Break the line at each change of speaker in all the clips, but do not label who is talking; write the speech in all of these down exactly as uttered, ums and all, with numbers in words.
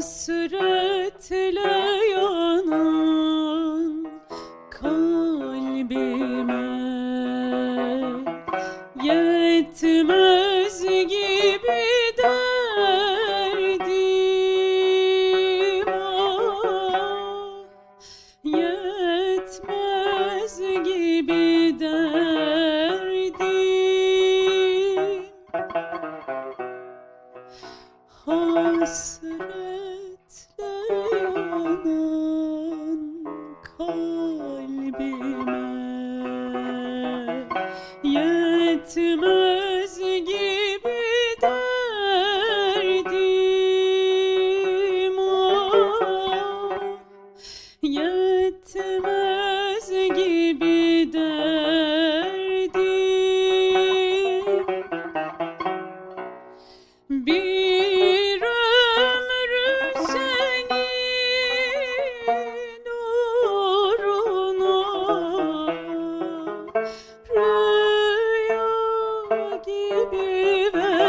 Hasretle yanan kalbime yetmez gibi derdim, ah, yetmez gibi derdim. Hasretle yanan kalbime yetmez gibi derdim, ah, yetmez gibi derdim. Bir ömrü senin uğruna rüya gibi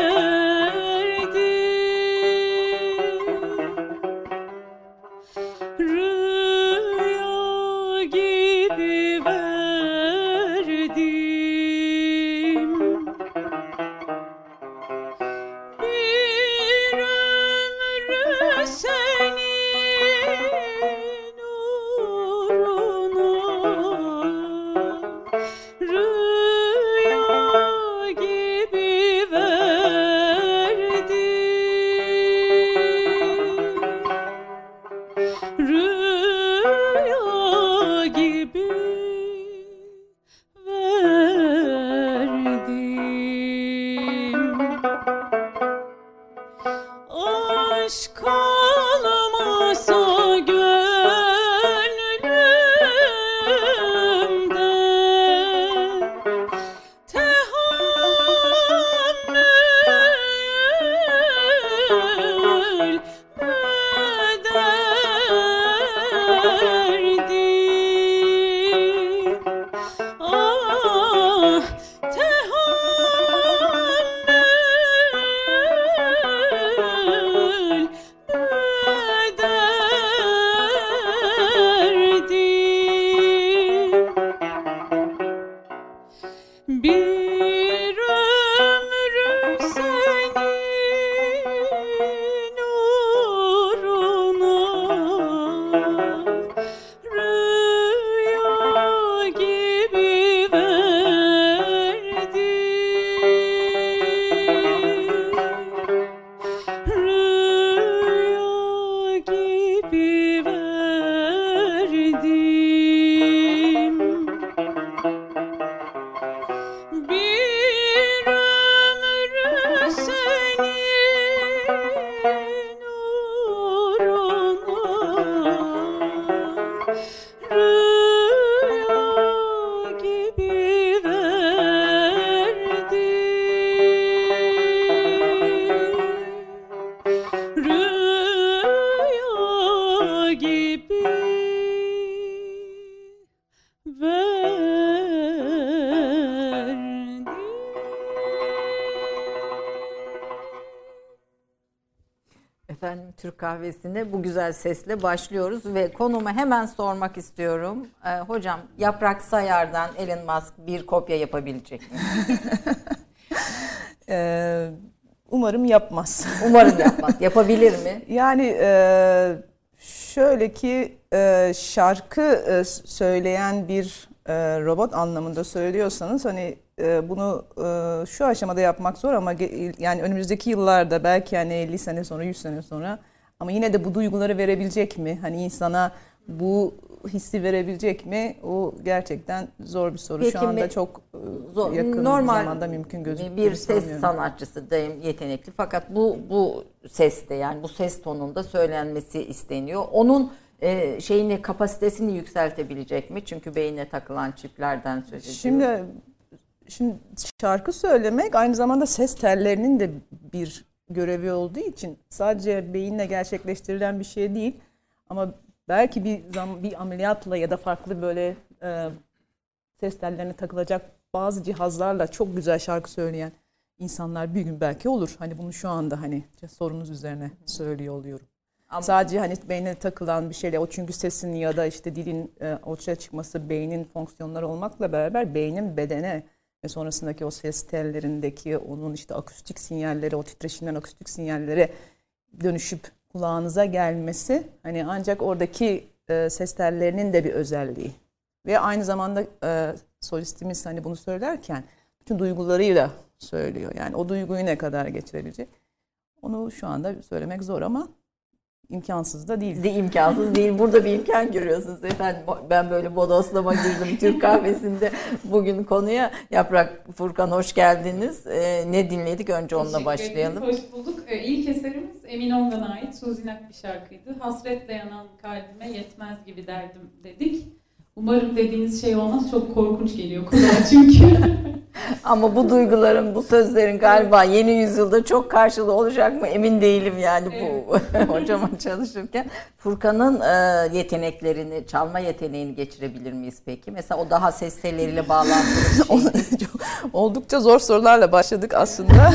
verdim, rüya gibi verdim. Bir ömrü senin uğruna rüya gibi verdim, rüya gibi verdim. Aşk olmasa gönlümde tehammül ederdim, ah, tehammül ederdim. Bir ömrü senin uğruna rüya gibi verdim, rüya gibi verdim. Bir ömrü senin uğruna rüya gibi verdim, rüya gibi verdim.
Efendim, Türk kahvesine bu güzel sesle başlıyoruz ve konumu hemen sormak istiyorum. Ee, hocam, Yaprak Sayar'dan Elon Musk bir kopya yapabilecek mi?
Ee, umarım yapmaz.
Umarım yapmaz. Yapabilir mi?
Yani e, şöyle ki e, şarkı e, söyleyen bir e, robot anlamında söylüyorsanız hani e, bunu e, şu aşamada yapmak zor ama ge- yani önümüzdeki yıllarda belki yani elli sene sonra, yüz sene sonra ama yine de bu duyguları verebilecek mi? Hani insana bu hissi verebilecek mi? O gerçekten zor bir soru.
Peki,
şu anda
me-
çok
Zor.
yakın
Normal
zamanda mümkün gözüküyor.
bir ses sanatçısı dayım, yetenekli, fakat bu bu seste, yani bu ses tonunda söylenmesi isteniyor. Onun e, şeyini, kapasitesini yükseltebilecek mi? Çünkü beyine takılan çiplerden söz ediyoruz.
Şimdi şimdi şarkı söylemek aynı zamanda ses tellerinin de bir görevi olduğu için sadece beyinle gerçekleştirilen bir şey değil. Ama belki bir zam bir ameliyatla ya da farklı böyle e, ses tellerine takılacak bazı cihazlarla çok güzel şarkı söyleyen insanlar bir gün belki olur. Hani bunu şu anda hani sorunuz üzerine söylüyor oluyorum.
Ama-
Sadece hani beyne takılan bir şeyle, o çünkü sesin ya da işte dilin e, ortaya çıkması beynin fonksiyonları olmakla beraber beynin bedene ve sonrasındaki o ses tellerindeki onun işte akustik sinyalleri, o titreşimden akustik sinyallere dönüşüp kulağınıza gelmesi hani ancak oradaki e, ses tellerinin de bir özelliği. Ve aynı zamanda e, solistimiz hani bunu söylerken bütün duygularıyla söylüyor. Yani o duyguyu ne kadar geçirebilecek? Onu şu anda söylemek zor ama imkansız da değil.
De imkansız değil. Burada bir imkan görüyorsunuz efendim. Ben böyle bodoslama girdim Türk kahvesinde bugün konuya. Yaprak, Furkan hoş geldiniz. Ee, ne dinledik? Önce onunla
Teşekkür
başlayalım.
ederiz, hoş bulduk. Ee, İlk eserimiz Emin Ongan'a ait Suzinak bir şarkıydı. Hasretle yanan kalbime yetmez gibi derdim dedik. Umarım dediğiniz şey olmaz. Çok korkunç geliyor kulağa çünkü.
Ama bu duyguların, bu sözlerin galiba yeni yüzyılda çok karşılığı olacak mı emin değilim yani bu hocama çalışırken. Furkan'ın e, yeteneklerini, çalma yeteneğini geçirebilir miyiz peki? Mesela o daha ses telleriyle bağlantılı bir şey.
Oldukça zor sorularla başladık aslında.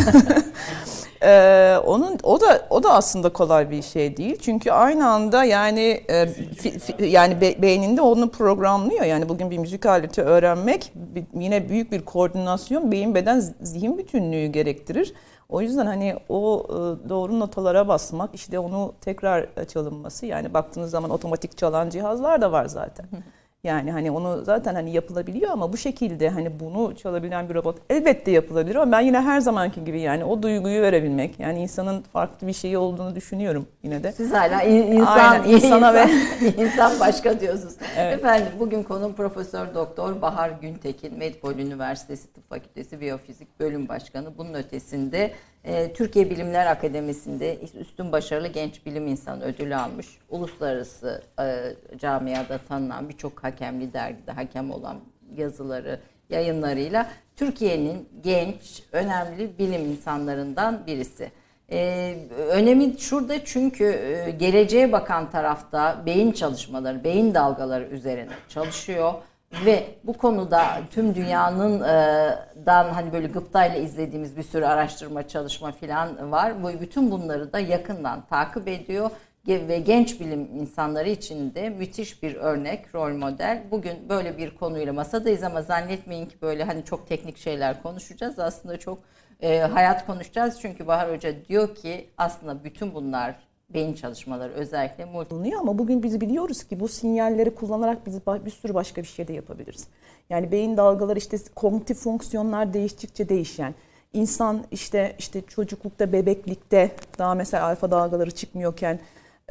Ee, onun o da o da aslında kolay bir şey değil. Çünkü aynı anda yani e, fi, fi, yani be, beyninde onu programlıyor. Yani bugün bir müzik aleti öğrenmek bir, yine büyük bir koordinasyon, beyin beden zihin bütünlüğü gerektirir. O yüzden hani o e, doğru notalara basmak, işte onu tekrar çalınması, yani baktığınız zaman otomatik çalan cihazlar da var zaten. Yani hani onu zaten hani yapılabiliyor ama bu şekilde hani bunu çalabilen bir robot elbette yapılabilir ama ben yine her zamanki gibi yani o duyguyu verebilmek, yani insanın farklı bir şeyi olduğunu düşünüyorum yine de.
Siz hala in- insan,
Aynen, insana
insan,
ve
insan başka diyorsunuz.
Evet.
Efendim bugün konuğum Profesör Doktor Bahar Güntekin, Medipol Üniversitesi Tıp Fakültesi Biyofizik Bölüm Başkanı. Bunun ötesinde e, Türkiye Bilimler Akademisi'nde üstün başarılı genç bilim insanı ödülü almış. Uluslararası e, camiada tanınan, birçok hakemli dergide hakem olan yazıları, yayınlarıyla Türkiye'nin genç, önemli bilim insanlarından birisi. Ee, önemi şurada çünkü e, geleceğe bakan tarafta beyin çalışmaları, beyin dalgaları üzerine çalışıyor ve bu konuda tüm dünyanın e, dan hani böyle gıptayla izlediğimiz bir sürü araştırma, çalışma filan var. Bu bütün bunları da yakından takip ediyor ve genç bilim insanları için de müthiş bir örnek, rol model. Bugün böyle bir konuyla masadayız ama zannetmeyin ki böyle hani çok teknik şeyler konuşacağız. Aslında çok e, hayat konuşacağız. Çünkü Bahar Hoca diyor ki aslında bütün bunlar beyin çalışmaları özellikle multi...
Ama bugün biz biliyoruz ki bu sinyalleri kullanarak biz bir sürü başka bir şey de yapabiliriz. Yani beyin dalgaları işte kognitif fonksiyonlar değiştikçe değişen. İnsan işte işte çocuklukta, bebeklikte daha mesela alfa dalgaları çıkmıyorken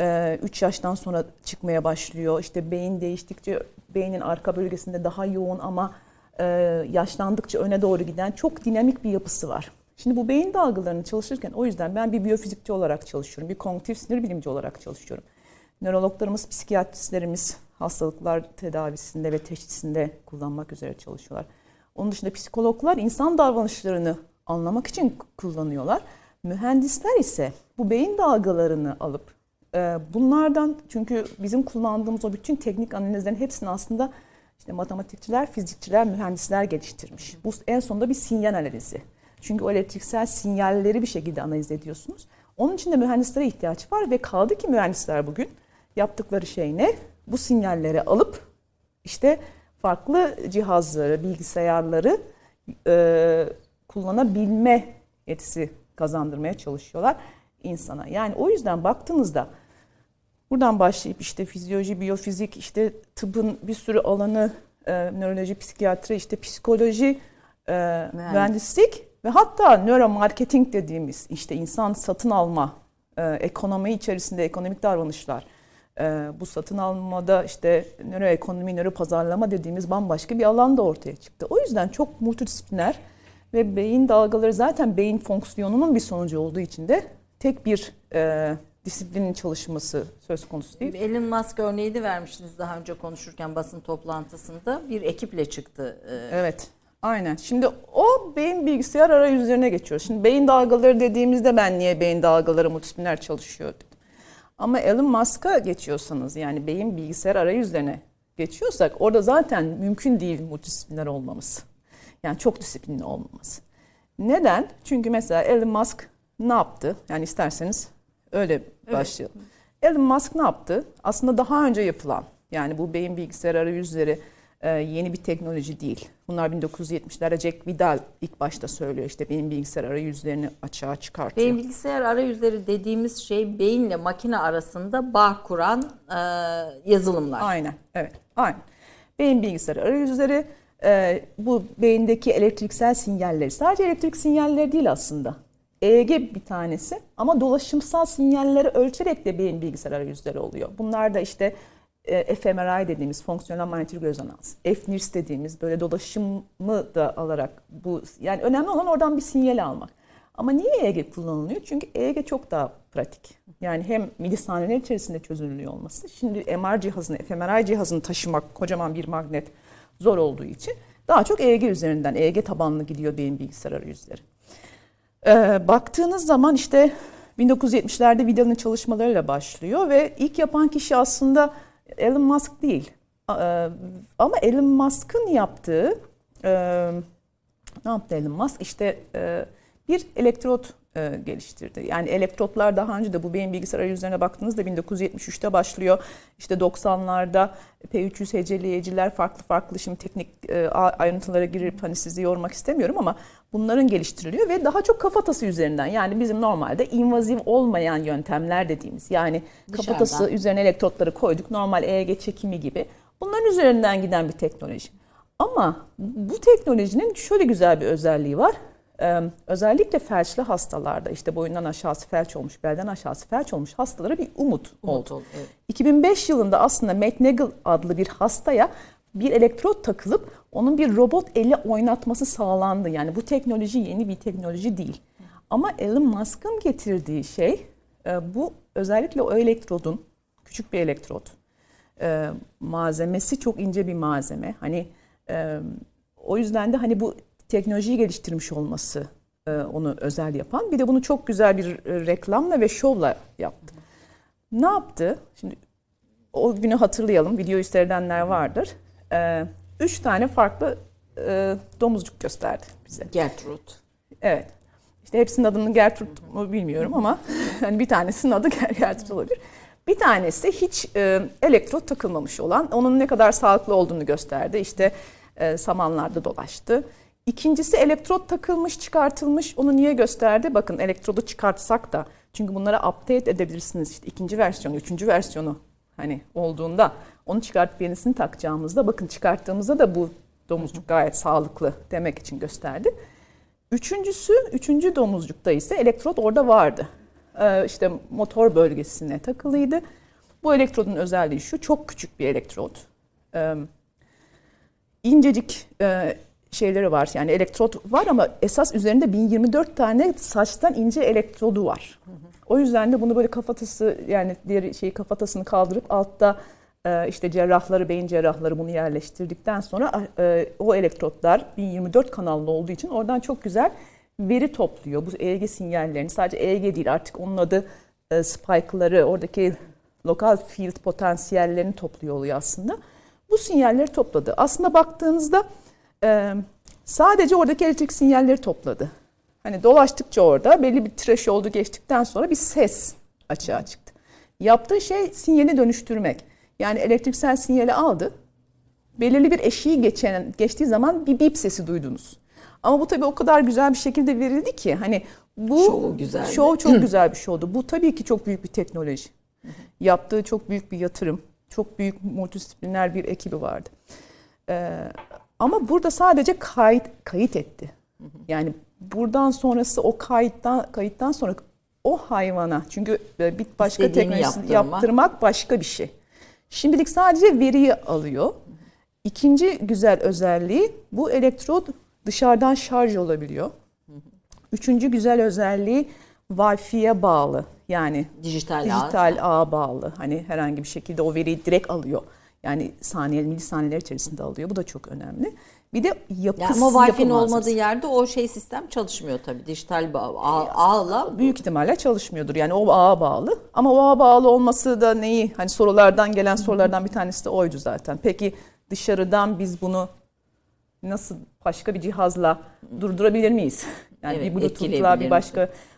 üç yaştan sonra çıkmaya başlıyor. İşte beyin değiştikçe beynin arka bölgesinde daha yoğun ama yaşlandıkça öne doğru giden çok dinamik bir yapısı var. Şimdi bu beyin dalgalarını çalışırken o yüzden ben bir biyofizikçi olarak çalışıyorum. Bir kognitif sinir bilimci olarak çalışıyorum. Nörologlarımız, psikiyatristlerimiz hastalıklar tedavisinde ve teşhisinde kullanmak üzere çalışıyorlar. Onun dışında psikologlar insan davranışlarını anlamak için kullanıyorlar. Mühendisler ise bu beyin dalgalarını alıp bunlardan, çünkü bizim kullandığımız o bütün teknik analizlerin hepsini aslında işte matematikçiler, fizikçiler, mühendisler geliştirmiş. Bu en sonunda bir sinyal analizi. Çünkü o elektriksel sinyalleri bir şekilde analiz ediyorsunuz. Onun için de mühendislere ihtiyaç var ve kaldı ki mühendisler bugün yaptıkları şey ne? Bu sinyalleri alıp işte farklı cihazları, bilgisayarları e, kullanabilme yetisi kazandırmaya çalışıyorlar insana. Yani o yüzden baktığınızda buradan başlayıp işte fizyoloji, biyofizik, işte tıbbın bir sürü alanı, e, nöroloji, psikiyatri, işte psikoloji, e, mühendislik. mühendislik ve hatta nöromarketing dediğimiz işte insan satın alma, e, ekonomi içerisinde ekonomik davranışlar, e, bu satın almada işte nöroekonomi, nöropazarlama dediğimiz bambaşka bir alan da ortaya çıktı. O yüzden çok multidisipliner ve beyin dalgaları zaten beyin fonksiyonunun bir sonucu olduğu için de tek bir e, disiplinin çalışması söz konusu değil.
Elon Musk örneği de vermiştiniz daha önce konuşurken basın toplantısında. Bir ekiple çıktı.
Evet, aynen. Şimdi o beyin bilgisayar arayüzlerine geçiyoruz. Şimdi beyin dalgaları dediğimizde ben niye beyin dalgaları multidisipliner çalışıyor dedim. Ama Elon Musk'a geçiyorsanız, yani beyin bilgisayar arayüzlerine geçiyorsak orada zaten mümkün değil multidisipliner olmamız. Yani çok disiplinli olmamız. Neden? Çünkü mesela Elon Musk ne yaptı? Yani isterseniz öyle başlayalım. Evet. Elon Musk ne yaptı? Aslında daha önce yapılan, yani bu beyin bilgisayar arayüzleri e, yeni bir teknoloji değil. Bunlar bin dokuz yüz yetmişlerde Jack Vidal ilk başta söylüyor, işte beyin bilgisayar arayüzlerini açığa çıkartıyor.
Beyin bilgisayar arayüzleri dediğimiz şey beyinle makine arasında bağ kuran e, yazılımlar.
Aynen, evet, aynen. Beyin bilgisayar arayüzleri e, bu beyindeki elektriksel sinyalleri, sadece elektrik sinyalleri değil aslında. E E G bir tanesi ama dolaşımsal sinyalleri ölçerek de beyin bilgisayar arayüzleri oluyor. Bunlar da işte e, F M R I dediğimiz fonksiyonel manyetik rezonans, F N I R S dediğimiz böyle dolaşımı da alarak, bu yani önemli olan oradan bir sinyal almak. Ama niye E E G kullanılıyor? Çünkü E E G çok daha pratik. Yani hem milisaniyeler içerisinde çözünürlüğü olması, şimdi M R cihazını, F M R I cihazını taşımak, kocaman bir magnet zor olduğu için daha çok E E G üzerinden, E E G tabanlı gidiyor beyin bilgisayar arayüzleri. Ee, baktığınız zaman işte bin dokuz yüz yetmişlerde Vidal'ın çalışmalarıyla başlıyor ve ilk yapan kişi aslında Elon Musk değil. Ee, ama Elon Musk'ın yaptığı, e, ne yaptı Elon Musk? İşte e, bir elektrot e, geliştirdi. Yani elektrotlar daha önce de bu beyin bilgisayar arayüzlerine baktığınızda bin dokuz yüz yetmiş üçte başlıyor. İşte doksanlarda P üç yüz heceleyiciler farklı farklı, şimdi teknik e, ayrıntılara girip hani sizi yormak istemiyorum ama bunların geliştiriliyor ve daha çok kafatası üzerinden, yani bizim normalde invaziv olmayan yöntemler dediğimiz, yani
Dışarıdan.
kafatası üzerine elektrotları koyduk, normal E E G çekimi gibi, bunların üzerinden giden bir teknoloji. Ama bu teknolojinin şöyle güzel bir özelliği var. Ee, özellikle felçli hastalarda, işte boyundan aşağısı felç olmuş, belden aşağısı felç olmuş hastalara bir umut,
Umut
oldu.
oldu, evet.
iki bin beş yılında aslında McNagel adlı bir hastaya bir elektrot takılıp onun bir robot eli oynatması sağlandı. Yani bu teknoloji yeni bir teknoloji değil. Ama Elon Musk'ın getirdiği şey, bu özellikle o elektrodun, küçük bir elektrot, malzemesi çok ince bir malzeme. Hani o yüzden de hani bu teknolojiyi geliştirmiş olması onu özel yapan. Bir de bunu çok güzel bir reklamla ve şovla yaptı. Ne yaptı? Şimdi o günü hatırlayalım. Videoyu seyredenler vardır. Üç tane farklı domuzcuk gösterdi bize.
Gertrude.
Evet. İşte hepsinin adını Gertrude mu bilmiyorum ama hani bir tanesinin adı Gertrude olabilir. Bir tanesi hiç elektrot takılmamış olan, onun ne kadar sağlıklı olduğunu gösterdi. İşte samanlarda dolaştı. İkincisi elektrot takılmış, çıkartılmış. Onu niye gösterdi? Bakın, elektrodu çıkartsak da, çünkü bunlara update edebilirsiniz. İşte ikinci versiyonu, üçüncü versiyonu hani olduğunda onu çıkartıp yenisini takacağımızda, bakın çıkarttığımızda da bu domuzcuk gayet sağlıklı demek için gösterdi. Üçüncüsü, üçüncü domuzcukta ise elektrot orada vardı. Ee, işte motor bölgesine takılıydı. Bu elektrodun özelliği şu: çok küçük bir elektrot. Ee, incecik e, şeyleri var. Yani elektrot var ama esas üzerinde bin yirmi dört tane saçtan ince elektrodu var. Hı hı. O yüzden de bunu böyle kafatası, yani diğer şeyi, kafatasını kaldırıp altta e, işte cerrahları, beyin cerrahları bunu yerleştirdikten sonra e, o elektrotlar bin yirmi dört kanallı olduğu için oradan çok güzel veri topluyor. Bu E E G sinyallerini, sadece E E G değil artık onun adı e, spike'ları, oradaki lokal field potansiyellerini topluyor oluyor aslında. Bu sinyalleri topladı. Aslında baktığınızda Ee, sadece oradaki elektrik sinyalleri topladı. Hani dolaştıkça orada belli bir threshold'u geçtikten sonra bir ses açığa çıktı. Yaptığı şey sinyali dönüştürmek. Yani elektriksel sinyali aldı. Belirli bir eşiği geçen, geçtiği zaman bir bip sesi duydunuz. Ama bu tabii o kadar güzel bir şekilde verildi ki hani bu
Şovu güzeldi.
Show çok güzel bir şovdu. Bu tabii ki çok büyük bir teknoloji. Yaptığı çok büyük bir yatırım. Çok büyük multidisipliner bir ekibi vardı. Ee, Ama burada sadece kayıt kayıt etti. Yani buradan sonrası, o kayıttan kayıttan sonra o hayvana, çünkü bir başka
İstediğini
teknolojisini
yaptırma.
yaptırmak başka bir şey. Şimdilik sadece veriyi alıyor. İkinci güzel özelliği, bu elektrot dışarıdan şarj olabiliyor. Üçüncü güzel özelliği, Wi-Fi'ye bağlı. Yani
Dijital,
dijital ağa bağlı. Hani herhangi bir şekilde o veriyi direkt alıyor. Yani saniye, milisaniyeler içerisinde alıyor. Bu da çok önemli. Bir de yapısı,
yani ama Wi-Fi'nin
yapı
olmadığı yerde o şey sistem çalışmıyor tabii. Dijital bağ, ağ, ağla
büyük ihtimalle çalışmıyordur. Yani o ağa bağlı. Ama o ağa bağlı olması da neyi? Hani sorulardan gelen sorulardan bir tanesi de oydu zaten. Peki dışarıdan biz bunu nasıl başka bir cihazla durdurabilir miyiz? Yani
Evet,
bir Bluetooth'la bir
etkileyebilir
başka.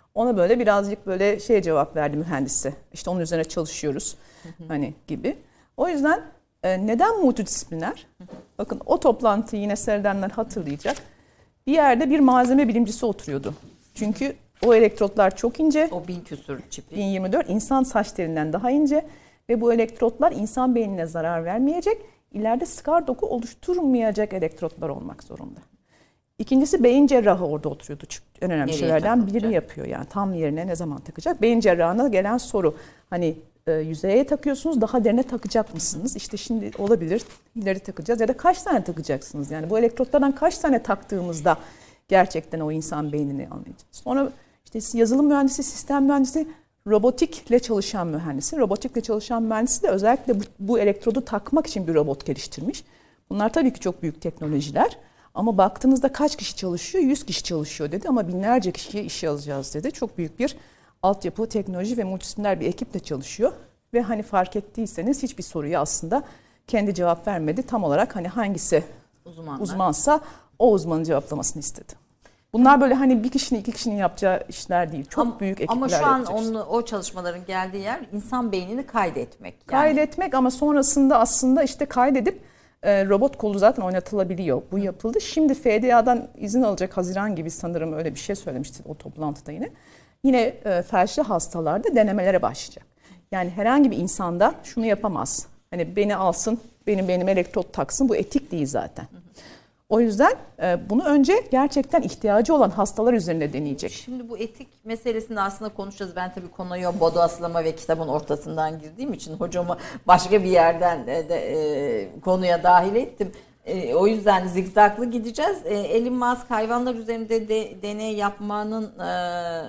Ona böyle birazcık böyle şeye cevap verdi mühendisi. İşte onun üzerine çalışıyoruz hani gibi. O yüzden e, neden multidisipliner? Bakın o toplantıyı yine seyredenler hatırlayacak. Bir yerde bir malzeme bilimcisi oturuyordu. Çünkü o elektrotlar çok ince.
O bin küsur çipi.
bin yirmi dört insan saç telinden daha ince ve bu elektrotlar insan beynine zarar vermeyecek, ileride skar doku oluşturmayacak elektrotlar olmak zorunda. İkincisi beyin cerrahı orada oturuyordu. En önemli
Nereye
şeylerden
takılacak?
biri yapıyor yani tam yerine ne zaman takacak? Beyin cerrahına gelen soru hani e, yüzeye takıyorsunuz daha derine takacak mısınız? İşte şimdi olabilir ileri takacağız ya da kaç tane takacaksınız? Yani bu elektrotlardan kaç tane taktığımızda gerçekten o insan beynini anlayacağız. Sonra işte yazılım mühendisi, sistem mühendisi, robotikle çalışan mühendisi. Robotikle çalışan mühendisi de özellikle bu, bu elektrodu takmak için bir robot geliştirmiş. Bunlar tabii ki çok büyük teknolojiler. Ama baktığınızda kaç kişi çalışıyor? yüz kişi çalışıyor dedi ama binlerce kişiye işe alacağız dedi. Çok büyük bir altyapı, teknoloji ve multidisipliner bir ekiple çalışıyor. Ve hani fark ettiyseniz hiçbir soruya aslında kendi cevap vermedi. Tam olarak hani hangisi
Uzmanlar.
uzmansa o uzmanın cevaplamasını istedi. Bunlar böyle hani bir kişinin iki kişinin yapacağı işler değil. Çok
ama,
büyük ekipler
Ama şu an
yapacak işte.
onu, o çalışmaların geldiği yer insan beynini kaydetmek. Yani.
Kaydetmek ama sonrasında aslında işte kaydedip e, robot kolu zaten oynatılabiliyor. Bu yapıldı. Şimdi F D A'dan izin alacak Haziran gibi sanırım öyle bir şey söylemişti o toplantıda yine. Yine e, felçli hastalarda denemelere başlayacak. Yani herhangi bir insanda şunu yapamaz. Hani beni alsın, benim benim elektrot taksın bu etik değil zaten. O yüzden bunu önce gerçekten ihtiyacı olan hastalar üzerinde deneyecek.
Şimdi bu etik meselesini aslında konuşacağız. Ben tabii konuya bodoslama ve kitabın ortasından girdiğim için hocamı başka bir yerden de, de e, konuya dahil ettim. E, o yüzden zigzaglı gideceğiz. E, Elon Musk hayvanlar üzerinde de, deney yapmanın e,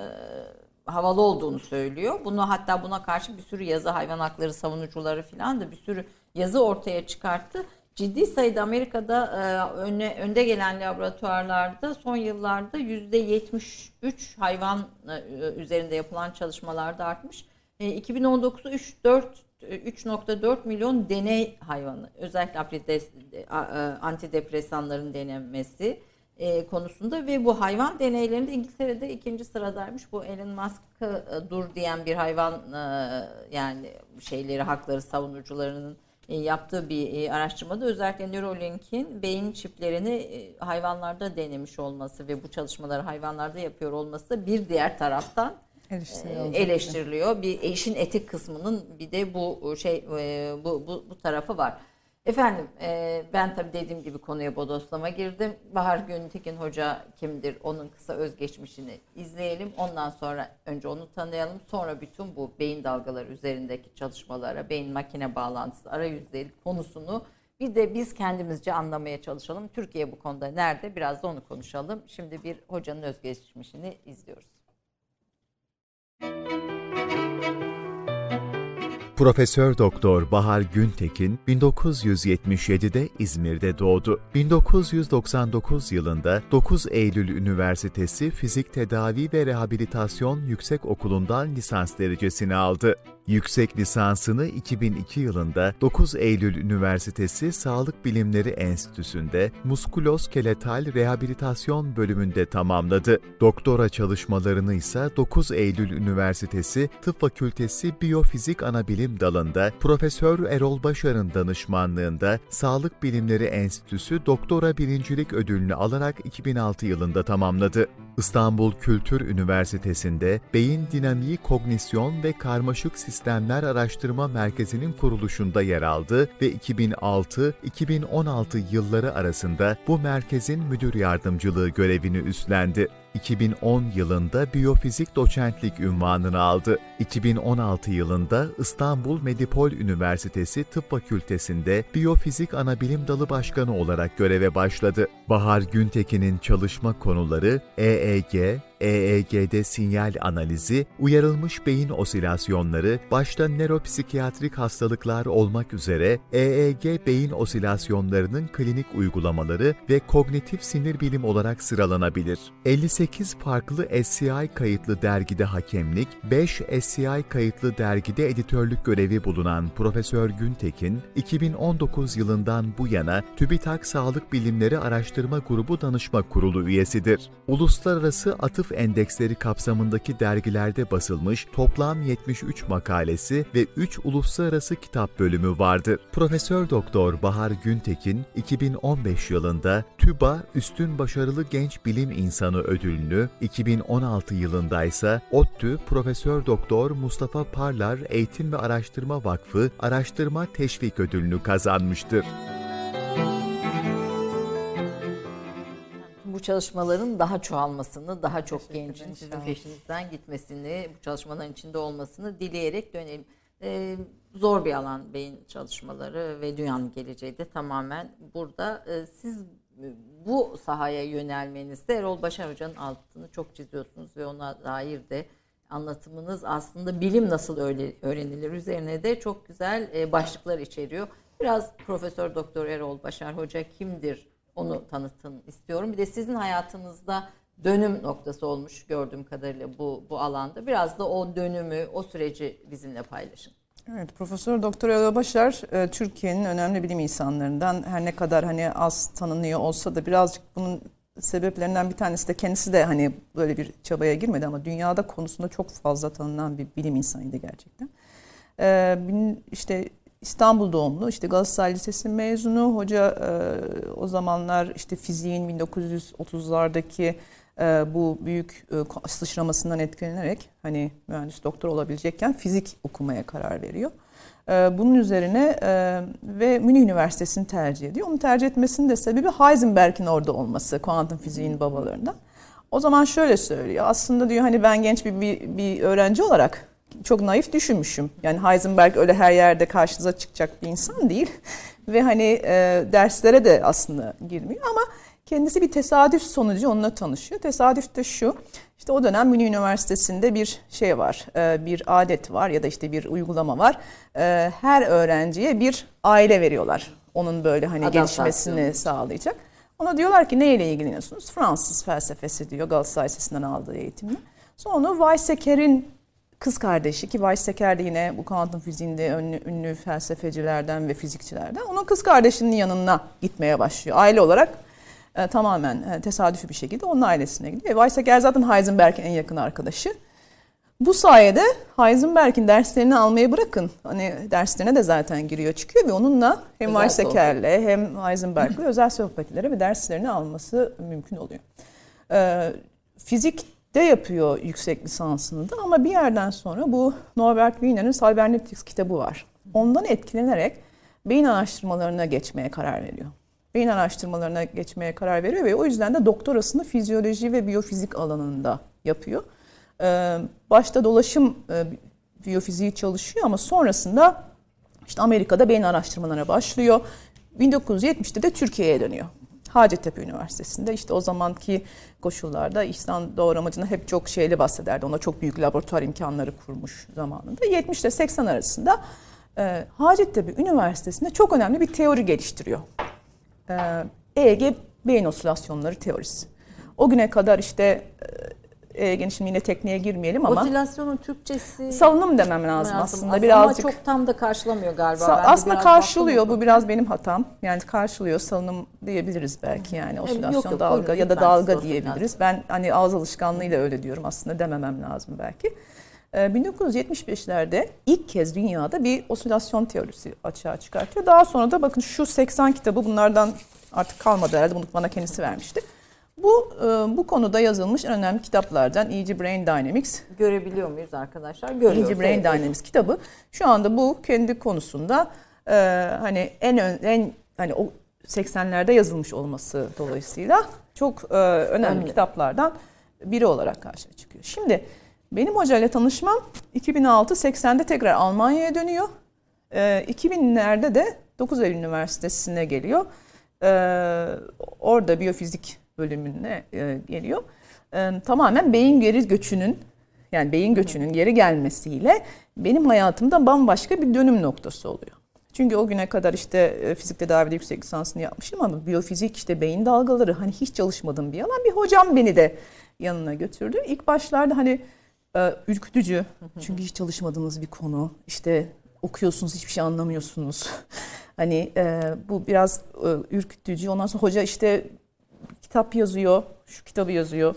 havalı olduğunu söylüyor. Bunu hatta buna karşı bir sürü yazı, hayvan hakları savunucuları falan da bir sürü yazı ortaya çıkarttı. Ciddi sayıda Amerika'da e, öne, önde gelen laboratuvarlarda son yıllarda yüzde yetmiş üç hayvan e, üzerinde yapılan çalışmalarda artmış. E, iki bin on dokuzda üç nokta dört milyon deney hayvanı, özellikle antidepresanların denenmesi e, konusunda ve bu hayvan deneylerinde İngiltere'de ikinci sıradaymış. Bu Elon Musk'ı e, dur diyen bir hayvan e, yani şeyleri hakları savunucularının yaptığı bir araştırmada özellikle Neuralink'in beyin çiplerini hayvanlarda denemiş olması ve bu çalışmaları hayvanlarda yapıyor olması da bir diğer taraftan eleştiriliyor. Bir işin etik kısmının bir de bu şey bu bu, bu tarafı var. Efendim ben tabii dediğim gibi konuya bodoslama girdim. Bahar Güntekin Hoca kimdir? Onun kısa özgeçmişini izleyelim. Ondan sonra önce onu tanıyalım. Sonra bütün bu beyin dalgaları üzerindeki çalışmalara, beyin makine bağlantısı, arayüzleri konusunu bir de biz kendimizce anlamaya çalışalım. Türkiye bu konuda nerede? Biraz da onu konuşalım. Şimdi bir hocanın özgeçmişini izliyoruz.
Profesör Doktor Bahar Güntekin bin dokuz yüz yetmiş yedide İzmir'de doğdu. bin dokuz yüz doksan dokuz yılında dokuz Eylül Üniversitesi Fizik Tedavi ve Rehabilitasyon Yüksekokulu'ndan lisans derecesini aldı. Yüksek lisansını iki bin iki yılında dokuz Eylül Üniversitesi Sağlık Bilimleri Enstitüsü'nde Muskuloskeletal Rehabilitasyon bölümünde tamamladı. Doktora çalışmalarını ise dokuz Eylül Üniversitesi Tıp Fakültesi Biyofizik Anabilim Dalı'nda Profesör Erol Başar'ın danışmanlığında Sağlık Bilimleri Enstitüsü Doktora Birincilik Ödülünü alarak iki bin altı yılında tamamladı. İstanbul Kültür Üniversitesi'nde Beyin Dinamiği Kognisyon ve Karmaşık Sistemler Araştırma Merkezi'nin kuruluşunda yer aldı ve iki bin altı iki bin on altı yılları arasında bu merkezin müdür yardımcılığı görevini üstlendi. iki bin on yılında biyofizik doçentlik unvanını aldı. iki bin on altı yılında İstanbul Medipol Üniversitesi Tıp Fakültesi'nde Biyofizik Anabilim Dalı Başkanı olarak göreve başladı. Bahar Güntekin'in çalışma konuları E E G, E E G'de sinyal analizi, uyarılmış beyin osilasyonları, başta nöropsikiyatrik hastalıklar olmak üzere E E G beyin osilasyonlarının klinik uygulamaları ve kognitif sinir bilim olarak sıralanabilir. elli sekiz farklı S C I kayıtlı dergide hakemlik, beş S C I kayıtlı dergide editörlük görevi bulunan Profesör Güntekin, iki bin on dokuz yılından bu yana TÜBİTAK Sağlık Bilimleri Araştırma Grubu Danışma Kurulu üyesidir. Uluslararası Atıf Vakıf endeksleri kapsamındaki dergilerde basılmış toplam yetmiş üç makalesi ve üç uluslararası kitap bölümü vardır. Profesör Doktor Bahar Güntekin iki bin on beş yılında TÜBA Üstün Başarılı Genç Bilim İnsanı ödülünü, iki bin on altı yılında ise ODTÜ Profesör Doktor Mustafa Parlar Eğitim ve Araştırma Vakfı Araştırma Teşvik Ödülünü kazanmıştır.
Bu çalışmaların daha çoğalmasını, daha çok gencin sizin peşinizden gitmesini, bu çalışmaların içinde olmasını dileyerek dönelim. Ee, zor bir alan beyin çalışmaları ve dünyanın geleceği de tamamen burada. Ee, siz bu sahaya yönelmenizde Erol Başar Hoca'nın altını çok çiziyorsunuz ve ona dair de anlatımınız aslında bilim nasıl öğrenilir üzerine de çok güzel başlıklar içeriyor. Biraz Profesör Doktor Erol Başar Hoca kimdir? Onu tanıtın istiyorum. Bir de sizin hayatınızda dönüm noktası olmuş gördüğüm kadarıyla bu bu alanda. Biraz da o dönümü, o süreci bizimle paylaşın.
Evet, Profesör Doktor Erol Başar Türkiye'nin önemli bilim insanlarından, her ne kadar hani az tanınıyor olsa da birazcık bunun sebeplerinden bir tanesi de kendisi de hani böyle bir çabaya girmedi ama dünyada konusunda çok fazla tanınan bir bilim insanıydı gerçekten. Ee, işte İstanbul doğumlu, işte Galatasaray Lisesi mezunu. Hoca e, o zamanlar işte fiziğin bin dokuz yüz otuzlardaki e, bu büyük e, sıçramasından etkilenerek hani mühendis doktor olabilecekken fizik okumaya karar veriyor. E, bunun üzerine e, ve Münih Üniversitesi'ni tercih ediyor. Onu tercih etmesinin de sebebi Heisenberg'in orada olması, kuantum fiziğin babalarından. O zaman şöyle söylüyor. Aslında diyor hani ben genç bir, bir, bir öğrenci olarak çok naif düşünmüşüm. Yani Heisenberg öyle her yerde karşınıza çıkacak bir insan değil. Ve hani e, derslere de aslında girmiyor ama kendisi bir tesadüf sonucu onunla tanışıyor. Tesadüf de şu, işte o dönem Münih Üniversitesi'nde bir şey var, e, bir adet var ya da işte bir uygulama var. E, her öğrenciye bir aile veriyorlar. Onun böyle hani
Adaptasyon.
gelişmesini sağlayacak. Ona diyorlar ki neyle ilgileniyorsunuz? Fransız felsefesi diyor, Galatasaray Lisesi'nden aldığı eğitimle. Sonra Weizsäcker'in kız kardeşi, ki Weizsäcker de yine bu kuantum fiziğinde ünlü, ünlü felsefecilerden ve fizikçilerden, onun kız kardeşinin yanına gitmeye başlıyor. Aile olarak e, tamamen e, tesadüfi bir şekilde onun ailesine gidiyor. E, Weizsäcker zaten Heisenberg'in en yakın arkadaşı. Bu sayede Heisenberg'in derslerini almayı bırakın. Hani derslerine de zaten giriyor çıkıyor ve onunla hem Weizsäcker'le hem Heisenberg'le özel sohbetlere ve derslerini alması mümkün oluyor. E, fizik de yapıyor yüksek lisansını da ama bir yerden sonra bu Norbert Wiener'in Cybernetics kitabı var. Ondan etkilenerek beyin araştırmalarına geçmeye karar veriyor. Beyin araştırmalarına geçmeye karar veriyor ve o yüzden de doktorasını fizyoloji ve biyofizik alanında yapıyor. Ee, başta dolaşım e, biyofiziği çalışıyor ama sonrasında işte Amerika'da beyin araştırmalarına başlıyor. bin dokuz yüz yetmişte de Türkiye'ye dönüyor. Hacettepe Üniversitesi'nde işte o zamanki koşullarda İhsan Doğramacı'na hep çok şeyle bahsederdi. Ona çok büyük laboratuvar imkanları kurmuş zamanında. yetmiş ile seksen arasında e, Hacettepe Üniversitesi'nde çok önemli bir teori geliştiriyor. E, E E G beyin osilasyonları teorisi. O güne kadar işte E E G'nin şimdi yine tekniğe girmeyelim ama
osilasyonun Türkçesi
salınım demem lazım aslında,
aslında
birazcık.
ama çok tam da karşılamıyor galiba.
Sa-
Ben de
aslında
biraz
karşılıyor.
baktım.
Bu biraz benim hatam. Yani karşılıyor, salınım diyebiliriz belki yani osilasyon,
yok, yok,
dalga
buyurun,
ya da
lütfen,
dalga
siz
diyebiliriz.
olsun
Ben hani ağız alışkanlığıyla öyle diyorum, aslında dememem lazım belki. Ee, bin dokuz yüz yetmiş beşlerde ilk kez dünyada bir osilasyon teorisi açığa çıkartıyor. Daha sonra da bakın şu seksen kitabı, bunlardan artık kalmadı herhalde, bunu bana kendisi vermişti. Bu bu konuda yazılmış en önemli kitaplardan E G Brain Dynamics.
Görebiliyor muyuz arkadaşlar? Görüyoruz.
E G Brain
evet.
Dynamics kitabı şu anda bu kendi konusunda e, hani en en hani o seksenlerde yazılmış olması dolayısıyla çok e, önemli
Önemli.
kitaplardan biri olarak karşıya çıkıyor. Şimdi benim hocayla tanışmam iki bin altı seksende tekrar Almanya'ya dönüyor. E, iki binlerde de dokuz Eylül Üniversitesi'ne geliyor. E, orada biyofizik bölümüne e, geliyor. E, tamamen beyin geri göçünün, yani beyin göçünün geri gelmesiyle benim hayatımda bambaşka bir dönüm noktası oluyor. Çünkü o güne kadar işte e, fizik tedavide yüksek lisansını yapmışım ama biyofizik, işte beyin dalgaları, hani hiç çalışmadığım bir alan. Bir hocam beni de yanına götürdü. İlk başlarda hani e, ürkütücü, çünkü hiç çalışmadığınız bir konu. İşte okuyorsunuz, hiçbir şey anlamıyorsunuz. Hani e, bu biraz e, ürkütücü. Ondan sonra hoca işte kitap yazıyor, şu kitabı yazıyor.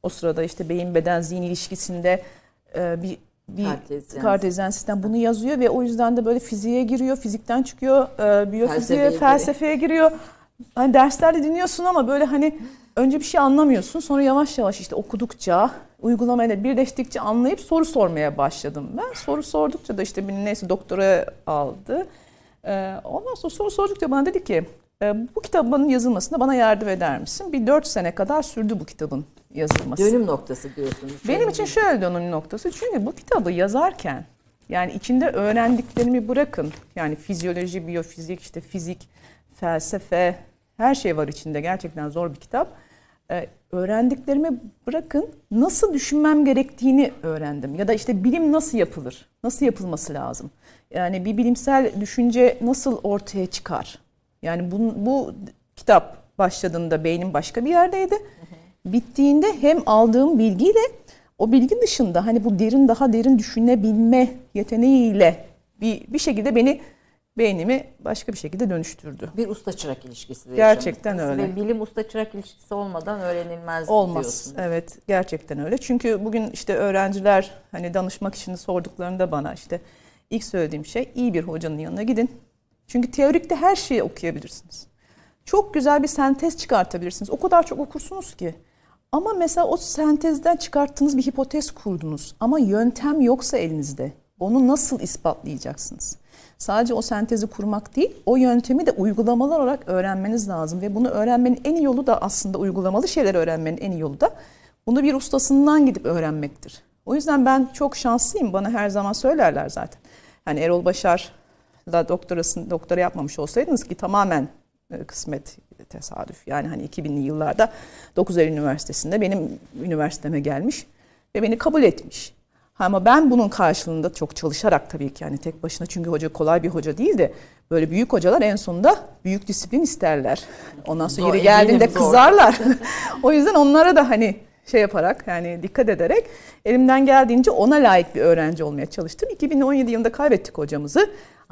O sırada işte beyin beden zihin ilişkisinde e, bir bir
Kartezyen.
kartezyen sistem bunu yazıyor ve o yüzden de böyle fiziğe giriyor, fizikten çıkıyor, e, biyofiziğe,
Felsefeye
felsefeye giriyor. Hani derslerde dinliyorsun ama böyle hani önce bir şey anlamıyorsun. Sonra yavaş yavaş işte okudukça, uygulamayla birleştikçe anlayıp soru sormaya başladım ben. Soru sordukça da işte benim neyse doktora aldı. Ee, ondan sonra soru sordukça bana dedi ki e, bu kitabın yazılmasında bana yardım eder misin? Bir dört sene kadar sürdü bu kitabın yazılması.
Dönüm noktası diyorsunuz.
Benim için şöyle dönüm noktası. Çünkü bu kitabı yazarken yani içinde öğrendiklerimi bırakın. Yani fizyoloji, biyofizik, işte fizik, felsefe, her şey var içinde. Gerçekten zor bir kitap. Ee, öğrendiklerimi bırakın, nasıl düşünmem gerektiğini öğrendim. Ya da işte bilim nasıl yapılır? Nasıl yapılması lazım? Yani bir bilimsel düşünce nasıl ortaya çıkar? Yani bu, bu kitap başladığında beynim başka bir yerdeydi. Bittiğinde hem aldığım bilgiyle o bilgi dışında hani bu derin daha derin düşünebilme yeteneğiyle bir bir şekilde beni beynimi başka bir şekilde dönüştürdü.
Bir usta çırak ilişkisi de
Gerçekten
yaşamışsınız.
öyle.
Ve bilim usta çırak ilişkisi olmadan öğrenilmez
Olmaz.
diyorsunuz.
Evet, gerçekten öyle. Çünkü bugün işte öğrenciler hani danışmak için sorduklarında bana işte ilk söylediğim şey iyi bir hocanın yanına gidin. Çünkü teorikte her şeyi okuyabilirsiniz. Çok güzel bir sentez çıkartabilirsiniz. O kadar çok okursunuz ki. Ama mesela o sentezden çıkarttığınız bir hipotez kurdunuz. Ama yöntem yoksa elinizde onu nasıl ispatlayacaksınız? Sadece o sentezi kurmak değil, o yöntemi de uygulamalar olarak öğrenmeniz lazım. Ve bunu öğrenmenin en iyi yolu da aslında uygulamalı şeyler öğrenmenin en iyi yolu da bunu bir ustasından gidip öğrenmektir. O yüzden ben çok şanslıyım. Bana her zaman söylerler zaten. Hani Erol Başar'la doktorasını doktora yapmamış olsaydınız ki tamamen kısmet, tesadüf. Yani hani iki binli yıllarda dokuz Eylül Üniversitesi'nde benim üniversiteme gelmiş ve beni kabul etmiş. Ama ben bunun karşılığında çok çalışarak tabii ki yani tek başına, çünkü hoca kolay bir hoca değil de böyle büyük hocalar en sonunda büyük disiplin isterler. Ondan sonra
Zor,
yeri geldiğinde
eminim zor.
kızarlar. O yüzden onlara da hani şey yaparak yani dikkat ederek elimden geldiğince ona layık bir öğrenci olmaya çalıştım. iki bin on yedi yılında kaybettik hocamızı.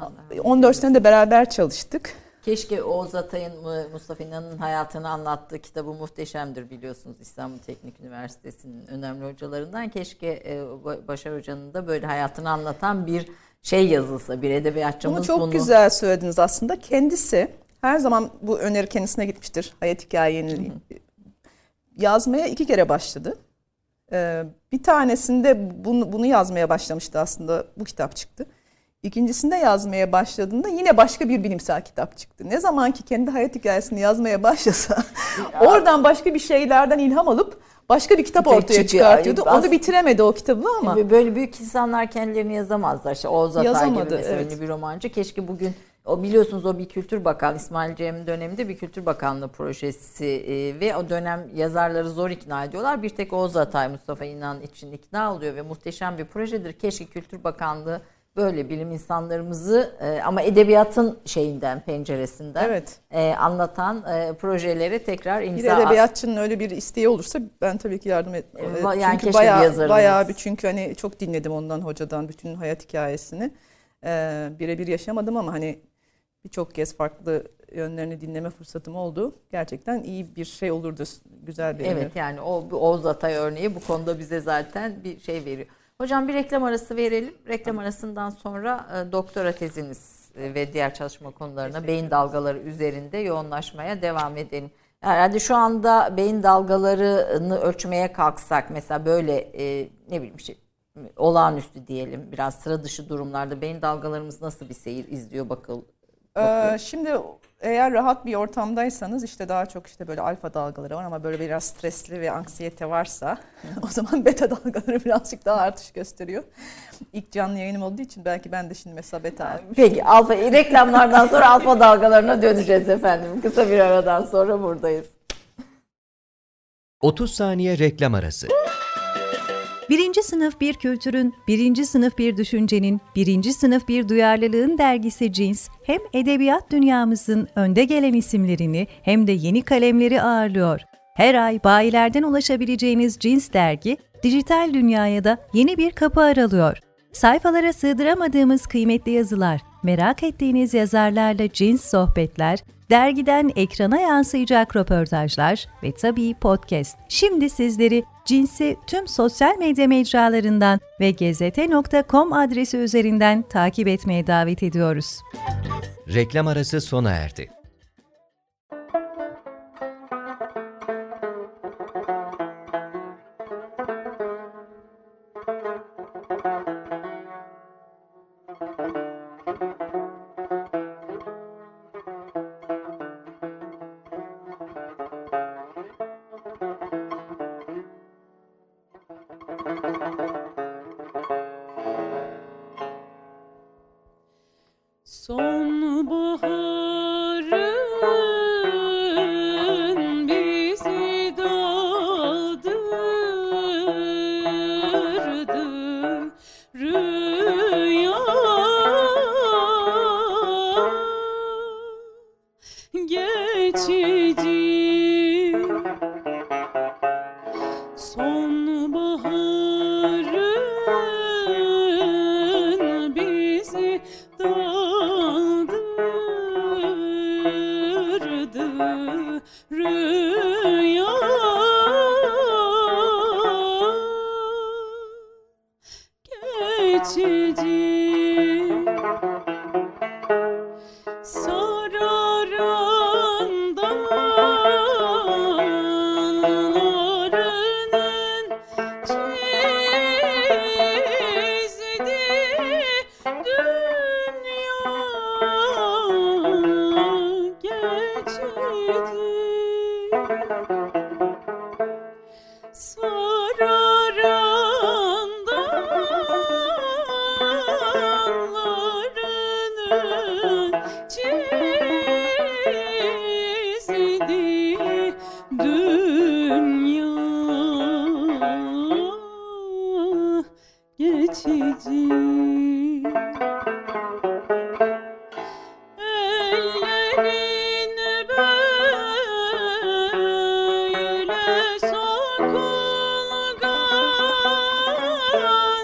on dört sene de beraber çalıştık.
Keşke Oğuz Atay'ın, Mustafa İnan'ın hayatını anlattığı kitabı muhteşemdir, biliyorsunuz. İstanbul Teknik Üniversitesi'nin önemli hocalarından. Keşke Başar Hoca'nın da böyle hayatını anlatan bir şey yazılsa, bir edebiyatçımız
Bunu çok
bunu...
güzel söylediniz aslında. Kendisi her zaman bu öneri kendisine gitmiştir. Hayat hikayeni yazmaya iki kere başladı. Ee, bir tanesinde bunu, bunu yazmaya başlamıştı aslında, bu kitap çıktı. İkincisinde yazmaya başladığında yine başka bir bilimsel kitap çıktı. Ne zaman ki kendi hayat hikayesini yazmaya başlasa oradan başka bir şeylerden ilham alıp başka bir kitap ortaya çıkartıyordu. Onu bitiremedi o kitabı ama.
Böyle büyük insanlar kendilerini yazamazlar. İşte Oğuz Atay
Yazamadı,
gibi mesela
evet.
ünlü bir romancı. Keşke bugün, o biliyorsunuz o bir Kültür Bakanlığı, İsmail Cem'in döneminde bir Kültür Bakanlığı projesi e, ve o dönem yazarları zor ikna ediyorlar. Bir tek Oğuz Atay, Mustafa İnan için ikna oluyor ve muhteşem bir projedir. Keşke Kültür Bakanlığı böyle bilim insanlarımızı e, ama edebiyatın şeyinden, penceresinden
Evet.
e, anlatan e, projelere tekrar imza...
Bir edebiyatçının öyle bir isteği olursa ben tabii ki yardım et.
E,
E,
yani
çünkü
keşke
bayağı,
bir yazarımız.
bayağı bir, çünkü hani çok dinledim ondan, hocadan bütün hayat hikayesini. E, birebir yaşamadım ama hani birçok kez farklı yönlerini dinleme fırsatım oldu. Gerçekten iyi bir şey olurdu, güzel bir
Evet
öneri.
yani o Oğuz Atay örneği bu konuda bize zaten bir şey veriyor. Hocam bir reklam arası verelim. Reklam arasından sonra e, doktora teziniz e, ve diğer çalışma konularına, beyin dalgaları üzerinde yoğunlaşmaya devam edelim. Herhalde şu anda beyin dalgalarını ölçmeye kalksak mesela böyle e, ne bileyim şey, olağanüstü diyelim, biraz sıra dışı durumlarda beyin dalgalarımız nasıl bir seyir izliyor bakıl.
Ee, şimdi eğer rahat bir ortamdaysanız işte daha çok işte böyle alfa dalgaları var ama böyle biraz stresli ve anksiyete varsa o zaman beta dalgaları birazcık daha artış gösteriyor. İlk canlı yayınım olduğu için belki ben de şimdi mesela beta.
Peki alfa, reklamlardan sonra alfa dalgalarına döneceğiz efendim. Kısa bir aradan sonra buradayız.
otuz saniye reklam arası.
Birinci sınıf bir kültürün, birinci sınıf bir düşüncenin, birinci sınıf bir duyarlılığın dergisi Cins, hem edebiyat dünyamızın önde gelen isimlerini hem de yeni kalemleri ağırlıyor. Her ay bayilerden ulaşabileceğiniz Cins dergi, dijital dünyaya da yeni bir kapı aralıyor. Sayfalara sığdıramadığımız kıymetli yazılar, merak ettiğiniz yazarlarla cins sohbetler, dergiden ekrana yansıyacak röportajlar ve tabii podcast. Şimdi sizleri Cins'i tüm sosyal medya mecralarından ve gezete nokta com adresi üzerinden takip etmeye davet ediyoruz.
Reklam arası sona erdi.
Sonbaharın bizi daldırdı rüya geçici. Sonbaharın bizi daldırdı rüya geçici. Sararan dallarının çizdiği dünya geçici. Sararan dallarının çizdiği dünya geçici. Ellerin böyle sokulgan,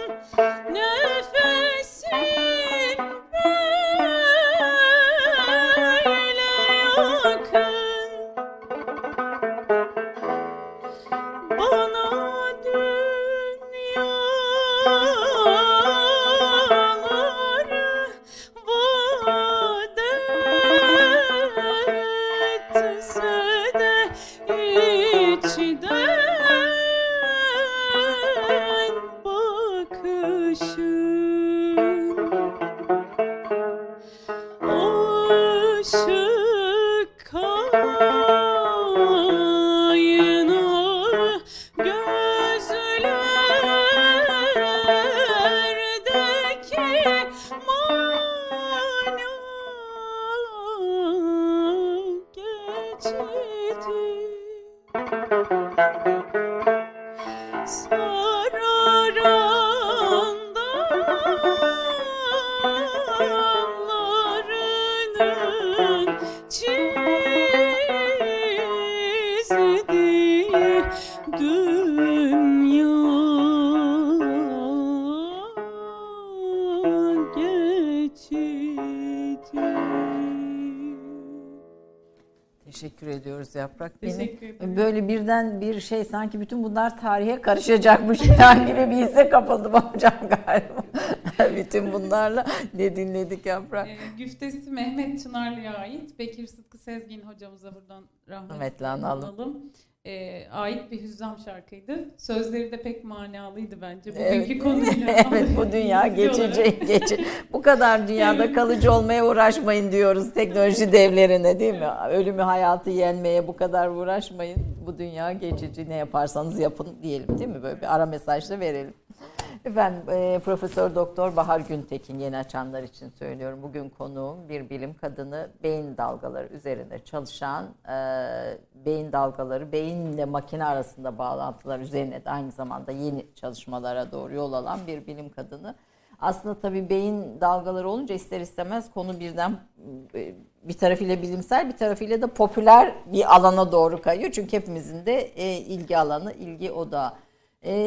nefesin böyle yakın. Bana dünyaları vaat etse de içten bakışın ışık kaynağı gözlerdeki mana geçici. Sararan dallarının çizdiği dünya geçici.
Teşekkür ediyoruz Yaprak. Benim
Teşekkür ederim.
böyle birden bir şey sanki bütün bunlar tarihe karışacakmış falan gibi bir hisse kapıldım hocam galiba. Bütün bunlarla ne dinledik Yaprak?
Ee, güftesi Mehmet Çınarlı'ya ait. Bekir Sıtkı Sezgin hocamıza buradan rahmet
Rahmetle analım.
analım. Ee, ait bir hüzzam şarkıydı. Sözleri de pek manalıydı bence.
Evet.
Bugünkü konuyla.
Evet, bu dünya geçici, geçici. Bu kadar dünyada kalıcı olmaya uğraşmayın diyoruz teknoloji devlerine, değil mi? Ölümü hayatı yenmeye bu kadar uğraşmayın. Bu dünya geçici, ne yaparsanız yapın diyelim, değil mi? Böyle bir ara mesaj da verelim. Efendim, e, Profesör Doktor Bahar Güntekin, yeni açanlar için söylüyorum. Bugün konuğum bir bilim kadını, beyin dalgaları üzerinde çalışan, e, beyin dalgaları, beyinle makine arasında bağlantılar üzerine de aynı zamanda yeni çalışmalara doğru yol alan bir bilim kadını. Aslında tabii beyin dalgaları olunca ister istemez konu birden e, bir tarafıyla bilimsel, bir tarafıyla da popüler bir alana doğru kayıyor. Çünkü hepimizin de e, ilgi alanı, ilgi odağı. E,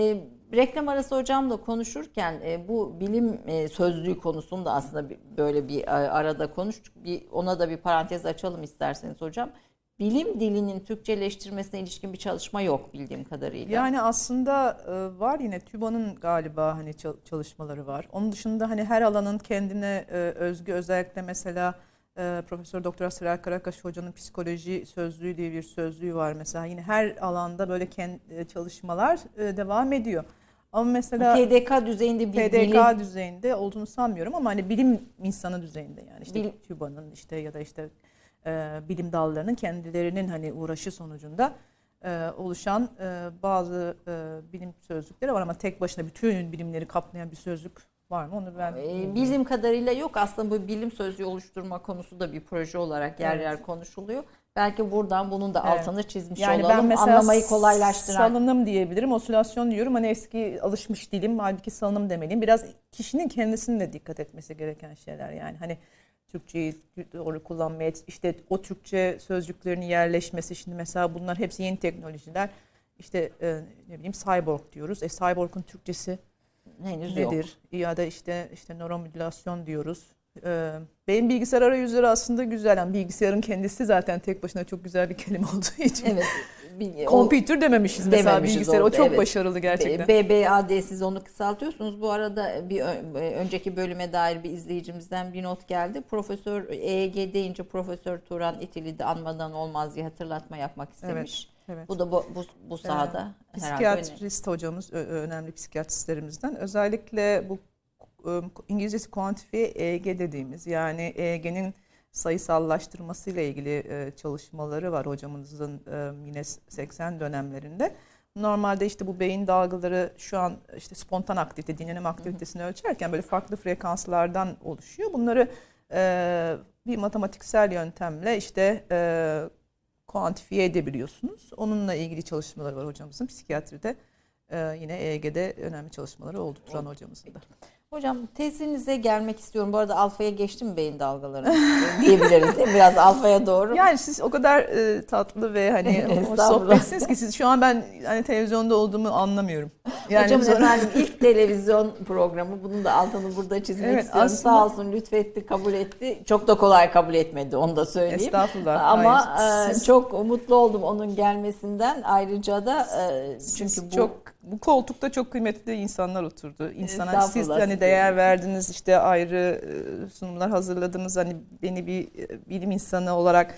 reklam arası hocamla konuşurken e, bu bilim e, sözlüğü konusunu da aslında bir, böyle bir e, arada konuştuk. Bir, ona da bir parantez açalım isterseniz hocam. Bilim dilinin Türkçeleştirmesine ilişkin bir çalışma yok bildiğim kadarıyla.
Yani aslında e, var yine TÜBA'nın galiba hani çalışmaları var. Onun dışında hani her alanın kendine e, özgü, özellikle mesela e, Profesör Doktor Sırel Karakaş Hoca'nın psikoloji sözlüğü diye bir sözlüğü var mesela. Yine her alanda böyle kendi, çalışmalar e, devam ediyor. Ama mesela
T D K düzeyinde bir
T D K
bilim
düzeyinde olduğunu sanmıyorum ama hani bilim insanı düzeyinde, yani işte
Bil-
TÜBA'nın işte ya da işte e, bilim dallarının kendilerinin hani uğraşı sonucunda e, oluşan e, bazı e, bilim sözlükleri var ama tek başına bütün bilimleri kaplayan bir sözlük var mı onu ben
e, bildiğim kadarıyla yok. Aslında bu bilim sözlüğü oluşturma konusu da bir proje olarak yer
Evet.
yer konuşuluyor. Belki buradan bunun da
Evet.
altını çizmiş
Yani
olalım.
ben mesela
Anlamayı kolaylaştıran.
salınım diyebilirim, osilasyon diyorum. Hani eski alışmış dilim, halbuki salınım demeliyim. Biraz kişinin kendisinin de dikkat etmesi gereken şeyler yani. Hani Türkçeyi doğru kullanmaya, işte o Türkçe sözcüklerin yerleşmesi. Şimdi mesela bunlar hepsi yeni teknolojiler. İşte e, ne bileyim cyborg diyoruz. E cyborg'un Türkçesi
Henüz yok.
nedir? Ya da işte işte nöromodülasyon diyoruz. Ee, benim bilgisayar arayüzleri aslında güzel. Yani bilgisayarın kendisi zaten tek başına çok güzel bir kelime olduğu için.
Evet. Bir- o-
Computer dememişiz mesela
Dememişiz
bilgisayar. O
orada,
çok
evet.
başarılı gerçekten.
B B A D siz onu kısaltıyorsunuz. Bu arada bir ö- önceki bölüme dair bir izleyicimizden bir not geldi. Profesör E E G deyince Profesör Turan İtili de anmadan olmaz diye hatırlatma yapmak istemiş.
Evet, evet.
Bu da bu bu, bu sahada
Ee,
herhalde önemli.
psikiyatrist hocamız, ö- önemli psikiyatristlerimizden. Özellikle bu e, İngilizcesi kuantifiye E E G dediğimiz, yani E E G'nin sayısallaştırması ile ilgili e, çalışmaları var hocamızın e, yine seksen dönemlerinde. Normalde işte bu beyin dalgaları şu an işte spontan aktivite, dinlenim aktivitesini ölçerken böyle farklı frekanslardan oluşuyor. Bunları e, bir matematiksel yöntemle işte e, kuantifiye edebiliyorsunuz. Onunla ilgili çalışmaları var hocamızın psikiyatride. E, yine E E G'de önemli çalışmaları oldu Turan hocamızın da.
Hocam tezinize gelmek istiyorum. Bu arada alfaya geçti mi beyin dalgaları diyebiliriz değil mi? Biraz alfaya doğru.
Yani siz o kadar e, tatlı ve hani hoş
Estağfurullah.
sohbetsiniz ki siz şu an ben hani televizyonda olduğumu anlamıyorum. Yani
Hocam
sonra-
efendim ilk televizyon programı, bunun da altını burada çizmek
Evet,
istiyorum.
aslında-
Sağ olsun lütfetti, kabul etti. Çok da kolay kabul etmedi, onu da söyleyeyim.
Estağfurullah.
Ama
Hayır,
e,
siz-
çok mutlu oldum onun gelmesinden. Ayrıca da e,
Siz
çünkü bu
çok bu koltukta çok kıymetli insanlar oturdu. İnsana siz
Estağfurullah,
hani
siz
değer
de.
verdiniz, işte ayrı e, sunumlar hazırladınız. Hani beni bir e, bilim insanı olarak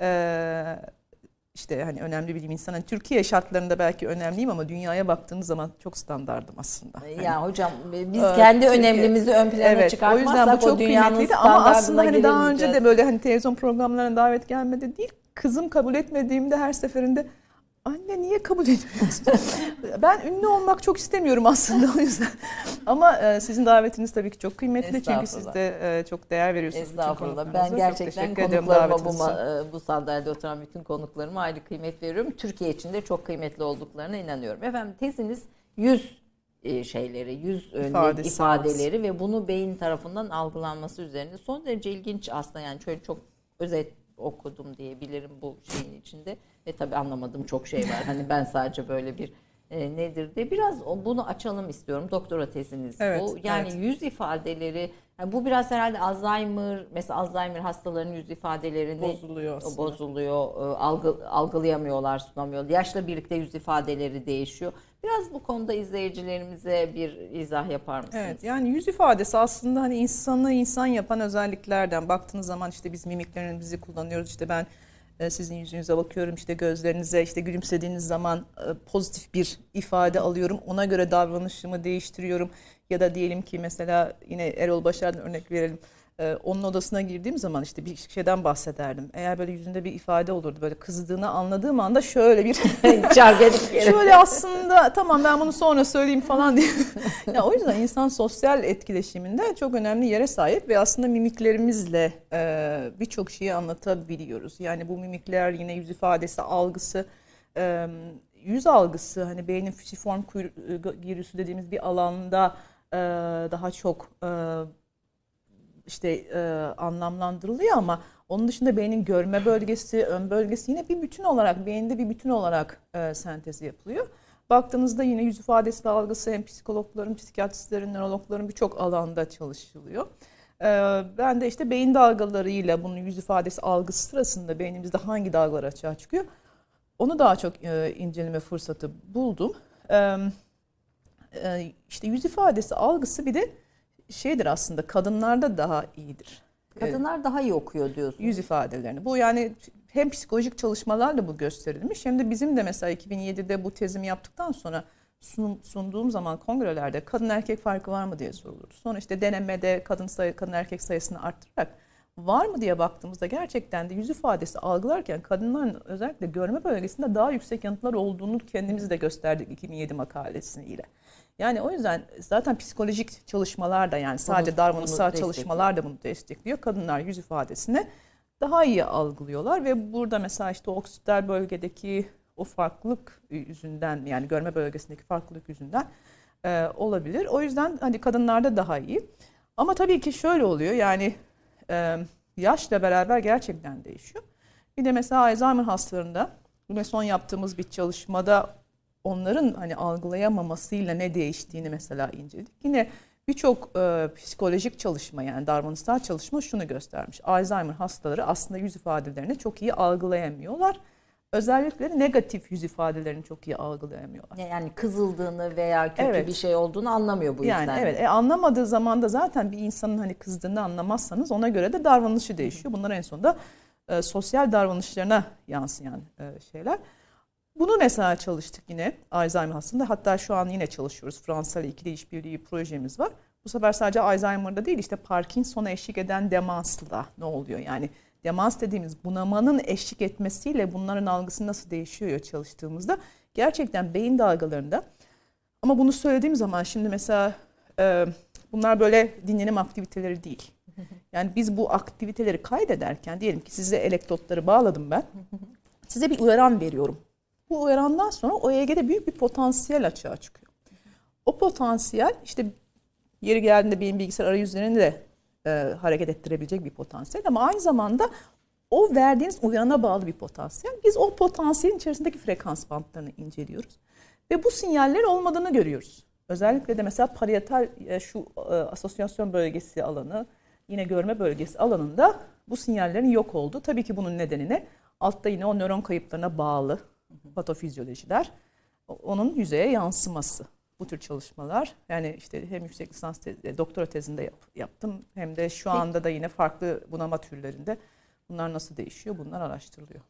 e, işte hani önemli bilim insanı. Hani Türkiye şartlarında belki önemliyim ama dünyaya baktığınız zaman çok standardım aslında. Hani,
ya hocam biz
Ee,
kendi
Türkiye-
önemlimizi ön plana
evet, o
çıkartmazsak
yüzden bu
o,
çok
dünyanın
kıymetliydi ama
standartına
aslında hani daha önce
giremeyeceğiz.
de böyle hani televizyon programlarına davet gelmedi değil. Kızım kabul etmediğimde her seferinde anne niye kabul etmiyorsun? Ben ünlü olmak çok istemiyorum aslında o yüzden. Ama e, sizin davetiniz tabii ki çok kıymetli çünkü siz
Estağfurullah.
de e, çok değer veriyorsunuz. bütün
Estağfurullah.
konuklarınıza.
Ben
Çok
gerçekten
teşekkür ediyorum
konuklarıma bu,
davetiniz için.
ma- bu sandalyede oturan bütün konuklarıma ayrı kıymet veriyorum. Türkiye için de çok kıymetli olduklarına inanıyorum. Efendim teziniz yüz e, şeyleri, yüz e,
İfadesi,
ifadeleri ve bunu beyin tarafından algılanması üzerine son derece ilginç aslında, yani şöyle çok özet okudum diyebilirim bu şeyin içinde ve tabii anlamadığım çok şey var. Hani ben sadece böyle bir e, nedir diye biraz o- bunu açalım istiyorum. Doktora teziniz
Evet,
bu. Yani
evet.
yüz ifadeleri, yani bu biraz herhalde Alzheimer, mesela Alzheimer hastalarının yüz ifadelerini
Bozuluyor aslında.
bozuluyor, e, algı, algılayamıyorlar, sunamıyorlar. Yaşla birlikte yüz ifadeleri değişiyor. Biraz bu konuda izleyicilerimize bir izah yapar mısınız?
Evet, yani yüz ifadesi aslında hani insanı insan yapan özelliklerden. Baktığınız zaman işte biz mimiklerimizi kullanıyoruz. İşte ben e, sizin yüzünüze bakıyorum, işte gözlerinize, işte gülümsediğiniz zaman e, pozitif bir ifade alıyorum. Ona göre davranışımı değiştiriyorum. Ya da diyelim ki mesela yine Erol Başar'dan örnek verelim. E, onun odasına girdiğim zaman işte bir şeyden bahsederdim. Eğer böyle yüzünde bir ifade olurdu, böyle kızdığını anladığım anda şöyle bir
Çark edip geri-
şöyle aslında tamam ben bunu sonra söyleyeyim falan diye. Ya o yüzden insan sosyal etkileşiminde çok önemli yere sahip ve aslında mimiklerimizle e, birçok şeyi anlatabiliyoruz. Yani bu mimikler yine yüz ifadesi, algısı, e, yüz algısı hani beynin füsiform gyrüsü dediğimiz bir alanda e, daha çok e, işte e, anlamlandırılıyor ama onun dışında beynin görme bölgesi, ön bölgesi yine bir bütün olarak, beyinde bir bütün olarak e, sentezi yapılıyor. baktığınızda yine yüz ifadesi algısı hem psikologların, psikiyatristlerin, nörologların birçok alanda çalışılıyor. Ee, ben de işte beyin dalgalarıyla bunun yüz ifadesi algısı sırasında beynimizde hangi dalgalar açığa çıkıyor, onu daha çok e, inceleme fırsatı buldum. Ee, e, işte yüz ifadesi algısı bir de şeydir, aslında kadınlarda daha iyidir.
Kadınlar daha iyi okuyor diyorsun.
Yüz ifadelerini. Bu yani hem psikolojik çalışmalarla bu gösterilmiş hem de bizim de mesela iki bin yedide bu tezimi yaptıktan sonra sunum, sunduğum zaman kongrelerde kadın erkek farkı var mı diye sorulurdu. Sonra işte denemede kadın sayı, kadın erkek sayısını arttırarak var mı diye baktığımızda gerçekten de yüz ifadesi algılarken kadınların özellikle görme bölgesinde daha yüksek yanıtlar olduğunu kendimiz de gösterdik iki bin yedi makalesiyle. Yani o yüzden zaten psikolojik çalışmalar da, yani sadece davranışsal çalışmalar da bunu destekliyor. Kadınlar yüz ifadesini daha iyi algılıyorlar ve burada mesela işte o oksipital bölgedeki o farklılık yüzünden, yani görme bölgesindeki farklılık yüzünden e, olabilir. O yüzden hani kadınlarda daha iyi. Ama tabii ki şöyle oluyor, yani e, yaşla beraber gerçekten değişiyor. Bir de mesela Alzheimer hastalarında yine son yaptığımız bir çalışmada onların hani algılayamamasıyla ne değiştiğini mesela inceledik. Yine birçok e, psikolojik çalışma, yani davranışsal çalışma şunu göstermiş. Alzheimer hastaları aslında yüz ifadelerini çok iyi algılayamıyorlar. Özellikle negatif yüz ifadelerini çok iyi algılayamıyorlar.
Yani kızıldığını veya kötü
Evet.
bir şey olduğunu anlamıyor bu yüzden.
Yani evet, e, anlamadığı zaman da zaten bir insanın hani kızdığını anlamazsanız ona göre de davranışı değişiyor. Bunlar en sonunda e, sosyal davranışlarına yansıyan e, şeyler. Bunu mesela çalıştık yine Alzheimer hastasında. Hatta şu an yine çalışıyoruz. Fransa ile ikili işbirliği projemiz var. Bu sefer sadece Alzheimer'da değil, işte Parkinson'a eşlik eden demansla ne oluyor? Yani demans dediğimiz bunamanın eşlik etmesiyle bunların algısı nasıl değişiyor çalıştığımızda gerçekten beyin dalgalarında. Ama bunu söylediğim zaman şimdi mesela e, bunlar böyle dinlenim aktiviteleri değil. Yani biz bu aktiviteleri kaydederken diyelim ki size elektrotları bağladım ben. Size bir uyaran veriyorum. Bu uyarandan sonra o E E G'de büyük bir potansiyel açığa çıkıyor. O potansiyel işte yeri geldiğinde beyin bilgisayar arayüzlerini de e, hareket ettirebilecek bir potansiyel, ama aynı zamanda o verdiğiniz uyarana bağlı bir potansiyel. Biz o potansiyelin içerisindeki frekans bantlarını inceliyoruz ve bu sinyallerin olmadığını görüyoruz. Özellikle de mesela parietal e, şu e, asosyasyon bölgesi alanı, yine görme bölgesi alanında bu sinyallerin yok olduğu. Tabii ki bunun nedeni ne? Altta yine o nöron kayıplarına bağlı patofizyolojiler, onun yüzeye yansıması. Bu tür çalışmalar, yani işte hem yüksek lisans tezi, doktora tezinde yap, yaptım hem de şu anda da yine farklı bunama türlerinde bunlar nasıl değişiyor, bunlar araştırılıyor.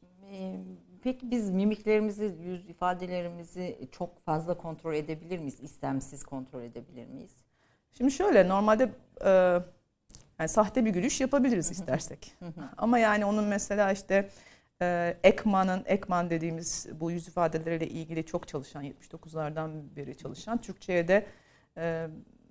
Peki biz mimiklerimizi, yüz ifadelerimizi çok fazla kontrol edebilir miyiz? İstemsiz kontrol edebilir miyiz?
Şimdi şöyle, normalde e, yani sahte bir gülüş yapabiliriz istersek. Ama yani onun mesela işte e, Ekman'ın, Ekman dediğimiz bu yüz ifadeleriyle ilgili çok çalışan, yetmiş dokuzlardan beri çalışan, Türkçe'ye de e,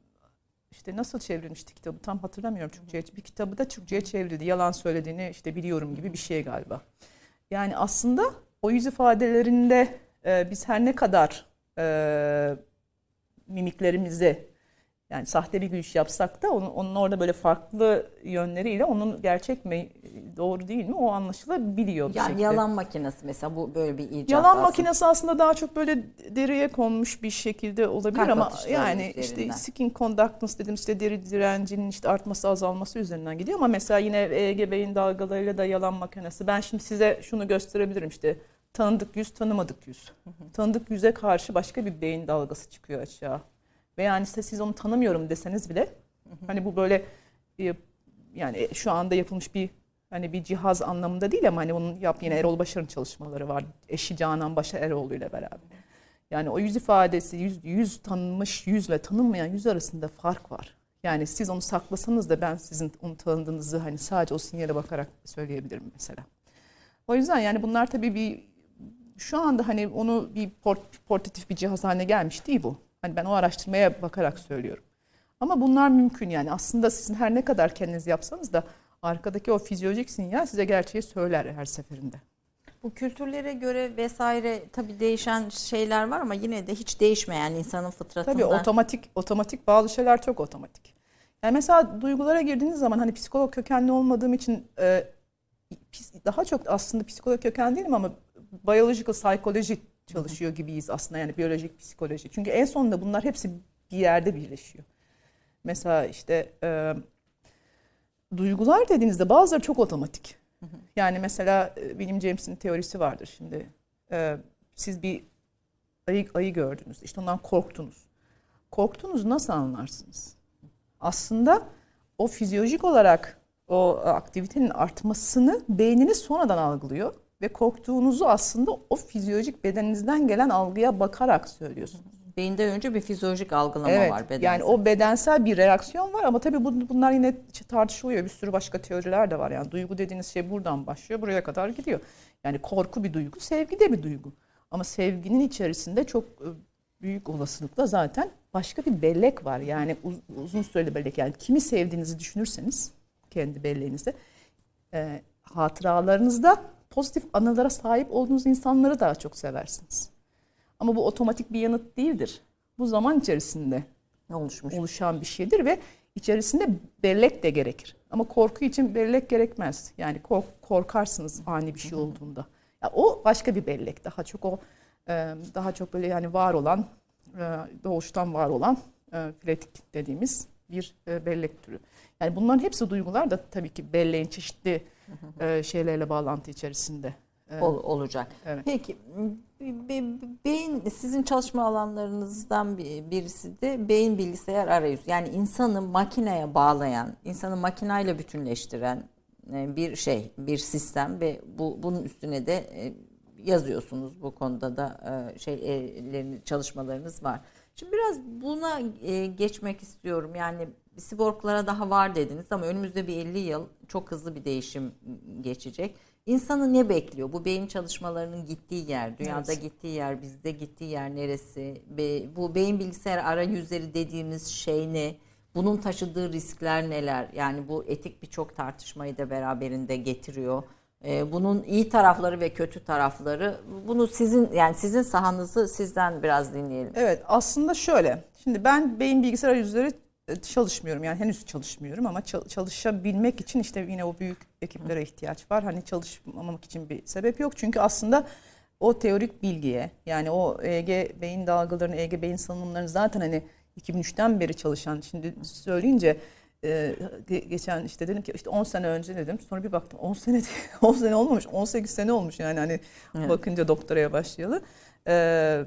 işte nasıl çevrilmişti kitabı tam hatırlamıyorum Türkçe'ye. Bir kitabı da Türkçe'ye çevrildi. Yalan söylediğini işte biliyorum gibi bir şey galiba. Yani aslında o yüz ifadelerinde e, biz her ne kadar e, mimiklerimizi, yani sahte bir gülüş yapsak da onun, onun orada böyle farklı yönleriyle onun gerçek mi, doğru değil mi o anlaşılabiliyor.
Yani
şekilde.
yalan makinesi mesela, bu böyle bir icat.
Yalan
aslında.
makinesi aslında daha çok böyle deriye konmuş bir şekilde olabilir
Kalp
ama
atışları
yani
üzerinden.
işte skin conductance dediğimiz işte deri direncinin işte artması azalması üzerinden gidiyor, ama mesela yine E E G beyin dalgalarıyla da yalan makinesi. Ben şimdi size şunu gösterebilirim, işte tanıdık yüz, tanımadık yüz. Tanıdık yüze karşı başka bir beyin dalgası çıkıyor aşağı. Ve yani işte siz onu tanımıyorum deseniz bile hani bu böyle yani şu anda yapılmış bir hani bir cihaz anlamında değil, ama hani onun yap yine Erol Başar'ın çalışmaları var. Eşi Canan Başar Eroğlu ile beraber. Yani o yüz ifadesi, yüz, yüz tanınmış yüzle tanınmayan yüz arasında fark var. Yani siz onu saklasanız da ben sizin onu tanıdığınızı hani sadece o sinyale bakarak söyleyebilirim mesela. O yüzden yani bunlar tabii bir şu anda hani onu bir port, portatif bir cihaz haline gelmiş değil bu. Hani ben o araştırmaya bakarak söylüyorum. Ama bunlar mümkün yani. Aslında sizin her ne kadar kendiniz yapsanız da arkadaki o fizyolojik sinyal size gerçeği söyler her seferinde.
Bu kültürlere göre vesaire tabii değişen şeyler var ama yine de hiç değişmeyen insanın fıtratında.
Tabii otomatik otomatik bazı şeyler çok otomatik. Yani mesela duygulara girdiğiniz zaman hani psikolog kökenli olmadığım için e, daha çok aslında psikolog kökenli değilim ama biological psychology çalışıyor gibiyiz aslında, yani biyolojik, psikoloji. Çünkü en sonunda bunlar hepsi bir yerde birleşiyor. Mesela işte e, duygular dediğinizde bazıları çok otomatik. Yani mesela e, William James'in teorisi vardır şimdi. E, siz bir ayı, ayı gördünüz, işte ondan korktunuz. Korktuğunuzu nasıl anlarsınız? Aslında o fizyolojik olarak o aktivitenin artmasını beyniniz sonradan algılıyor ve korktuğunuzu aslında o fizyolojik bedeninizden gelen algıya bakarak söylüyorsunuz.
Beyinden önce bir fizyolojik algılama
Evet,
var bedensel.
yani o bedensel bir reaksiyon var ama tabii bu- bunlar yine tartışılıyor. Bir sürü başka teoriler de var. Yani duygu dediğiniz şey buradan başlıyor, buraya kadar gidiyor. Yani korku bir duygu, sevgi de bir duygu. Ama sevginin içerisinde çok e, büyük olasılıkla zaten başka bir bellek var. Yani uz- uzun süreli bellek. Yani kimi sevdiğinizi düşünürseniz kendi belleğinizde e, hatıralarınızda pozitif anılara sahip olduğunuz insanları daha çok seversiniz. Ama bu otomatik bir yanıt değildir. Bu zaman içerisinde
oluşmuş.
oluşan bir şeydir ve içerisinde bellek de gerekir. Ama korku için bellek gerekmez. Yani kork, korkarsınız ani bir şey olduğunda. Ya o başka bir bellek. Daha çok o e, daha çok böyle yani var olan e, doğuştan var olan e, frenetik dediğimiz bir e, bellek türü. Yani bunların hepsi duygular da tabii ki belleğin çeşitli e, şeylerle bağlantı içerisinde. e,
Ol- olacak.
Evet.
Peki be- be- beyin sizin çalışma alanlarınızdan bir- birisi de beyin bilgisayar arayüzü. Yani insanı makineye bağlayan, insanı makinayla bütünleştiren e, bir şey, bir sistem ve bu bunun üstüne de e, yazıyorsunuz, bu konuda da e, şeylerini çalışmalarınız var. Şimdi biraz buna e, geçmek istiyorum. Yani siborglara daha var dediniz ama önümüzde bir elli yıl çok hızlı bir değişim geçecek. İnsanı ne bekliyor? Bu beyin çalışmalarının gittiği yer, dünyada
Evet.
gittiği yer, bizde gittiği yer neresi? Be, bu beyin bilgisayar arayüzleri dediğimiz şey ne? Bunun taşıdığı riskler neler? Yani bu etik birçok tartışmayı da beraberinde getiriyor. Ee, bunun iyi tarafları ve kötü tarafları. Bunu sizin yani sizin sahanızı sizden biraz dinleyelim.
Evet, aslında şöyle. Şimdi ben beyin bilgisayar arayüzleri çalışmıyorum. Yani henüz çalışmıyorum ama çalışabilmek için işte yine o büyük ekiplere ihtiyaç var. Hani çalışmamak için bir sebep yok. Çünkü aslında o teorik bilgiye, yani o E E G beyin dalgalarını, E E G beyin salınımlarını zaten hani iki bin üçten beri çalışan, şimdi söyleyince e, geçen işte dedim ki işte on sene önce dedim. Sonra bir baktım on sene on sene olmamış. on sekiz sene olmuş yani hani
Evet.
bakınca doktoraya başlayalı. Eee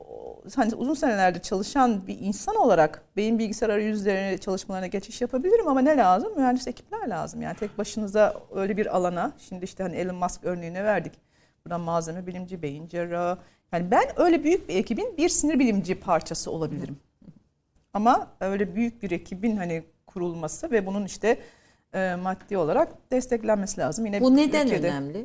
hani uzun senelerde çalışan bir insan olarak beyin bilgisayar arayüzleri çalışmalarına geçiş yapabilirim ama ne lazım? Mühendis ekipler lazım. Yani tek başınıza öyle bir alana, şimdi işte hani Elon Musk örneğine verdik. Buradan malzeme bilimci, beyin cerrahı. Yani ben öyle büyük bir ekibin bir sinir bilimci parçası olabilirim. Ama öyle büyük bir ekibin hani kurulması ve bunun işte e, maddi olarak desteklenmesi lazım. Yine
Bu neden
Türkiye'de
önemli?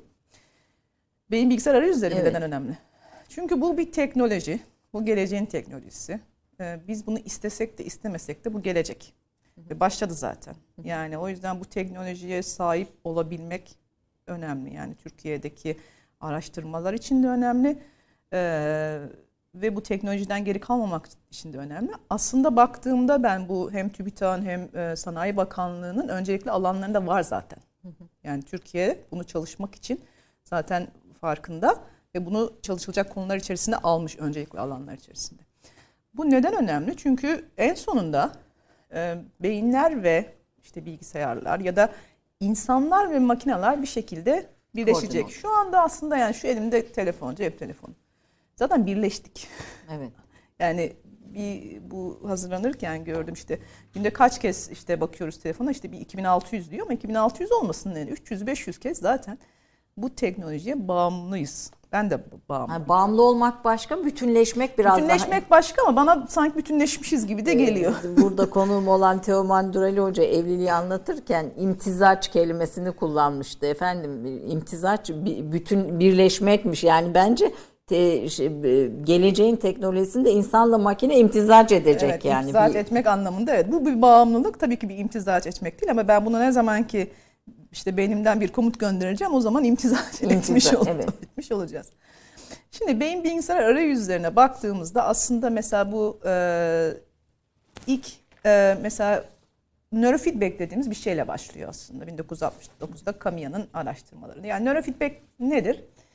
beyin bilgisayar arayüzleri
Evet.
neden önemli? Çünkü bu bir teknoloji. Bu geleceğin teknolojisi. Ee, biz bunu istesek de istemesek de bu gelecek. Ve başladı zaten. Yani o yüzden bu teknolojiye sahip olabilmek önemli. Yani Türkiye'deki araştırmalar için de önemli. Ee, ve bu teknolojiden geri kalmamak için de önemli. Aslında baktığımda ben bu hem TÜBİTAK'ın hem e, Sanayi Bakanlığı'nın öncelikli alanlarında var zaten. Yani Türkiye bunu çalışmak için zaten farkında. Ve bunu çalışılacak konular içerisinde almış, öncelikli alanlar içerisinde. Bu neden önemli? Çünkü en sonunda e, beyinler ve işte bilgisayarlar ya da insanlar ve makineler bir şekilde birleşecek.
Koordinat.
Şu anda aslında yani şu elimde telefon, cep telefonu. Zaten birleştik.
Evet.
Yani bir bu hazırlanırken gördüm işte günde kaç kez işte bakıyoruz telefona, işte bir iki bin altı yüz diyor ama iki bin altı yüz olmasın yani üç yüz beş yüz kez zaten bu teknolojiye bağımlıyız. Ben de bağımlıyım.
Yani bağımlı olmak başka, bütünleşmek biraz
Bütünleşmek
daha.
başka ama bana sanki bütünleşmişiz gibi de geliyor.
Ee, Burada konuğum olan Teoman Durali Hoca evliliği anlatırken imtizaç kelimesini kullanmıştı. Efendim imtizaç bütün birleşmekmiş. Yani bence te, şey, geleceğin teknolojisinde insanla makine imtizaç edecek
Evet,
yani.
imtizaç
Bir-
etmek anlamında evet. Bu bir bağımlılık, tabii ki bir imtizaç etmek değil ama ben buna ne zaman ki işte beynimden bir komut göndereceğim o zaman imtizaç etmiş,
İmtizaç,
ol-
evet.
etmiş olacağız. Şimdi beyin bilgisayar arayüzlerine baktığımızda aslında mesela bu e, ilk e, mesela nörofeedback dediğimiz bir şeyle başlıyor aslında bin dokuz yüz altmış dokuzda Kamiya'nın araştırmaları. Yani nörofeedback nedir?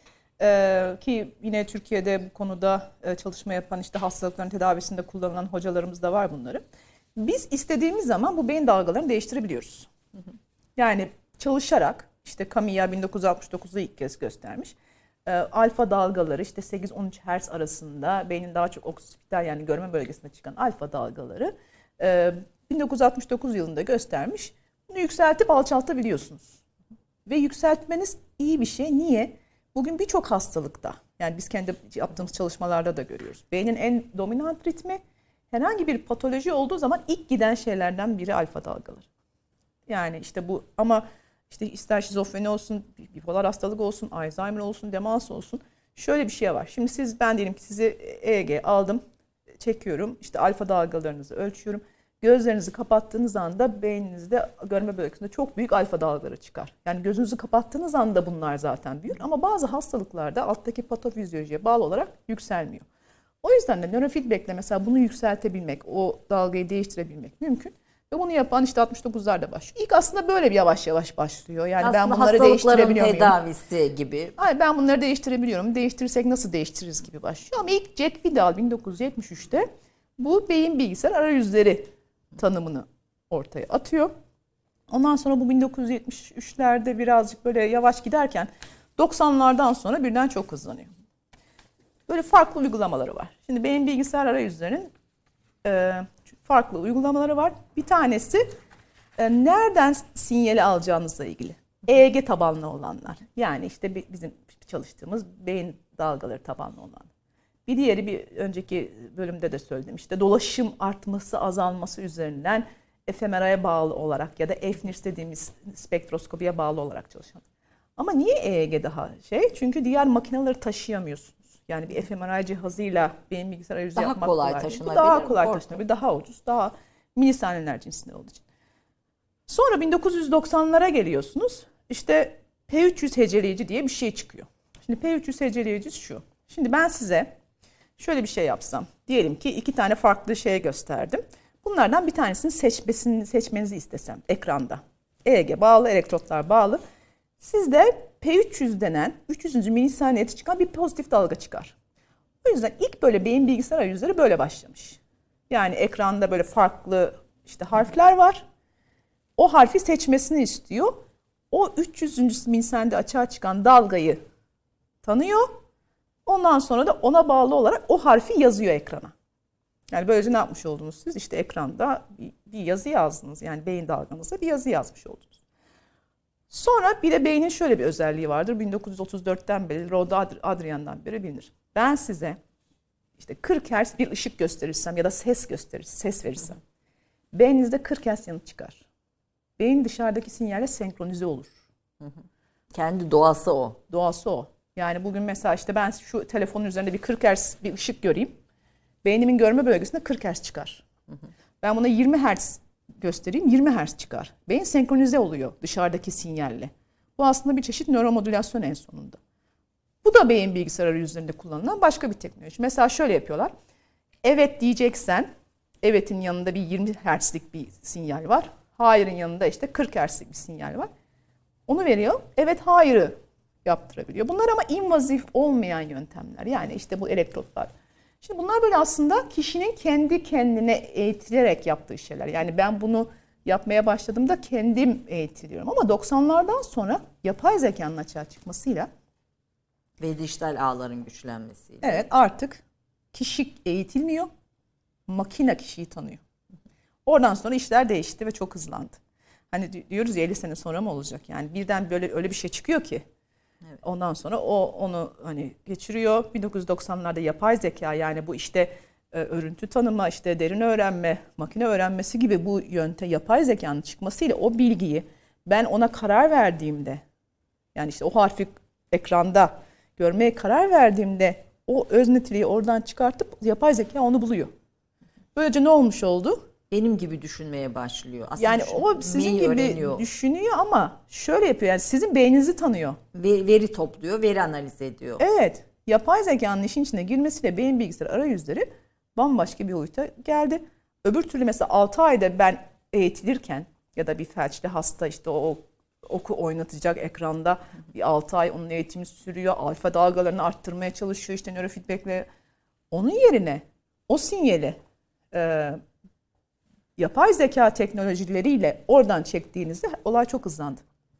Ee, ki yine Türkiye'de bu konuda e, çalışma yapan, işte hastalıkların tedavisinde kullanılan hocalarımız da var bunları. Biz istediğimiz zaman bu beyin dalgalarını değiştirebiliyoruz. Yani çalışarak, işte Kamiya bin dokuz yüz altmış dokuzda ilk kez göstermiş. E, alfa dalgaları işte sekiz on üç hertz arasında beynin daha çok oksipital, yani görme bölgesinde çıkan alfa dalgaları e, bin dokuz yüz altmış dokuz yılında göstermiş. Bunu yükseltip alçaltabiliyorsunuz. Ve yükseltmeniz iyi bir şey. Niye? Bugün birçok hastalıkta, yani biz kendi yaptığımız çalışmalarda da görüyoruz. Beynin en dominant ritmi, herhangi bir patoloji olduğu zaman ilk giden şeylerden biri alfa dalgaları. Yani işte bu, ama işte ister şizofreni olsun, bipolar hastalık olsun, Alzheimer olsun, demans olsun. Şöyle bir şey var. Şimdi siz, ben diyelim ki sizi E E G aldım, çekiyorum, işte alfa dalgalarınızı ölçüyorum. Gözlerinizi kapattığınız anda beyninizde, görme bölgesinde çok büyük alfa dalgaları çıkar. Yani gözünüzü kapattığınız anda bunlar zaten büyür. Ama bazı hastalıklarda alttaki patofizyolojiye bağlı olarak yükselmiyor. O yüzden de nörofeedback'le mesela bunu yükseltebilmek, o dalgayı değiştirebilmek mümkün. Ve bunu yapan işte altmış dokuzlarda başlıyor. İlk aslında böyle bir yavaş yavaş başlıyor. Yani
aslında
ben bunları değiştirebiliyor muyum?
tedavisi gibi.
Hayır, ben bunları değiştirebiliyorum. Değiştirirsek nasıl değiştiririz gibi başlıyor. Ama ilk Jack Vidal bin dokuz yüz yetmiş üçte bu beyin bilgisayar arayüzleri tanımını ortaya atıyor. Ondan sonra bu bin dokuz yüz yetmiş üçlerde birazcık böyle yavaş giderken doksanlardan sonra birden çok hızlanıyor. Böyle farklı uygulamaları var. Şimdi beyin bilgisayar arayüzlerinin e, farklı uygulamaları var. Bir tanesi e, nereden sinyali alacağınızla ilgili. E E G tabanlı olanlar. Yani işte bizim çalıştığımız beyin dalgaları tabanlı olanlar. Bir diğeri, bir önceki bölümde de söyledim, işte dolaşım artması azalması üzerinden F M R'ye bağlı olarak ya da F N I R S dediğimiz spektroskopiye bağlı olarak çalışan. Ama niye E E G daha şey? Çünkü diğer makineleri taşıyamıyorsunuz. Yani bir F M R I cihazıyla beyin bilgisayar arayüzü
daha
yapmak
kolay
kolay.
taşınabilir.
Bu daha kolay
Orta.
taşınabilir, daha ucuz, daha milisaniyeler cinsinde olduğu için. Sonra bin dokuz yüz doksanlara geliyorsunuz. İşte P üç yüz heceleyici diye bir şey çıkıyor. Şimdi P üç yüz heceleyici şu. Şimdi ben size şöyle bir şey yapsam. Diyelim ki iki tane farklı şey gösterdim. Bunlardan bir tanesini seçmesini, seçmenizi istesem ekranda. E E G bağlı, elektrotlar bağlı. Sizde P üç yüz denen üç yüzüncü milisaniyede çıkan bir pozitif dalga çıkar. O yüzden ilk böyle beyin bilgisayar arayüzleri böyle başlamış. Yani ekranda böyle farklı işte harfler var. O harfi seçmesini istiyor. O üç yüzüncü milisaniyede açığa çıkan dalgayı tanıyor. Ondan sonra da ona bağlı olarak o harfi yazıyor ekrana. Yani böylece ne yapmış oldunuz siz? İşte ekranda bir, bir yazı yazdınız. Yani beyin dalganızda bir yazı yazmış oldunuz. Sonra bir de beynin şöyle bir özelliği vardır. bin dokuz yüz otuz dörtten beri, Rhoda Adrian'dan beri bilinir. Ben size işte kırk hertz bir ışık gösterirsem ya da ses gösterirsem, ses verirsem, beyninizde kırk hertz yanıt çıkar. Beyin dışarıdaki sinyalle senkronize olur.
Kendi doğası o.
Doğası o. Yani bugün mesela işte ben şu telefonun üzerinde bir kırk hertz bir ışık göreyim. Beynimin görme bölgesinde kırk hertz çıkar. Hı hı. Ben buna yirmi hertz göstereyim, yirmi hertz çıkar. Beyin senkronize oluyor dışarıdaki sinyalle. Bu aslında bir çeşit nöromodülasyon en sonunda. Bu da beyin bilgisayar arayüzlerinde kullanılan başka bir teknoloji. Mesela şöyle yapıyorlar. Evet diyeceksen, evetin yanında bir yirmi hertzlik bir sinyal var. Hayırın yanında işte kırk hertzlik bir sinyal var. Onu veriyor. Evet hayırı yaptırabiliyor. Bunlar ama invazif olmayan yöntemler. Yani işte bu elektrotlar. Şimdi bunlar böyle aslında kişinin kendi kendine eğitilerek yaptığı şeyler. Yani ben bunu yapmaya başladığımda kendim eğitiliyorum. Ama doksanlardan sonra yapay zekanın açığa çıkmasıyla
ve dijital ağların güçlenmesiyle.
Evet, artık kişi eğitilmiyor, makine kişiyi tanıyor. Oradan sonra işler değişti ve çok hızlandı. Hani diyoruz ya elli sene sonra mı olacak? Yani birden böyle öyle bir şey çıkıyor ki. Evet. Ondan sonra o onu hani geçiriyor. bin dokuz yüz doksanlarda yapay zeka, yani bu işte e, örüntü tanıma, işte derin öğrenme, makine öğrenmesi gibi bu yönte yapay zekanın çıkmasıyla o bilgiyi ben ona karar verdiğimde, yani işte o harfi ekranda görmeye karar verdiğimde o öznetiliği oradan çıkartıp yapay zeka onu buluyor. Böylece ne olmuş oldu?
Benim gibi düşünmeye başlıyor. Aslında
yani o sizin gibi öğreniyor. Düşünüyor ama şöyle yapıyor. Yani sizin beyninizi tanıyor.
Veri, veri topluyor, veri analiz ediyor.
Evet. Yapay zekanın işin içine girmesiyle beyin bilgisayar arayüzleri bambaşka bir boyuta geldi. Öbür türlü mesela altı ayda ben eğitilirken ya da bir felçli hasta işte o oku oynatacak ekranda. Bir altı ay onun eğitimi sürüyor. Alfa dalgalarını arttırmaya çalışıyor işte nörofeedback'le. Onun yerine o sinyali e, yapay zeka teknolojileriyle oradan çektiğinizde olay çok hızlandı.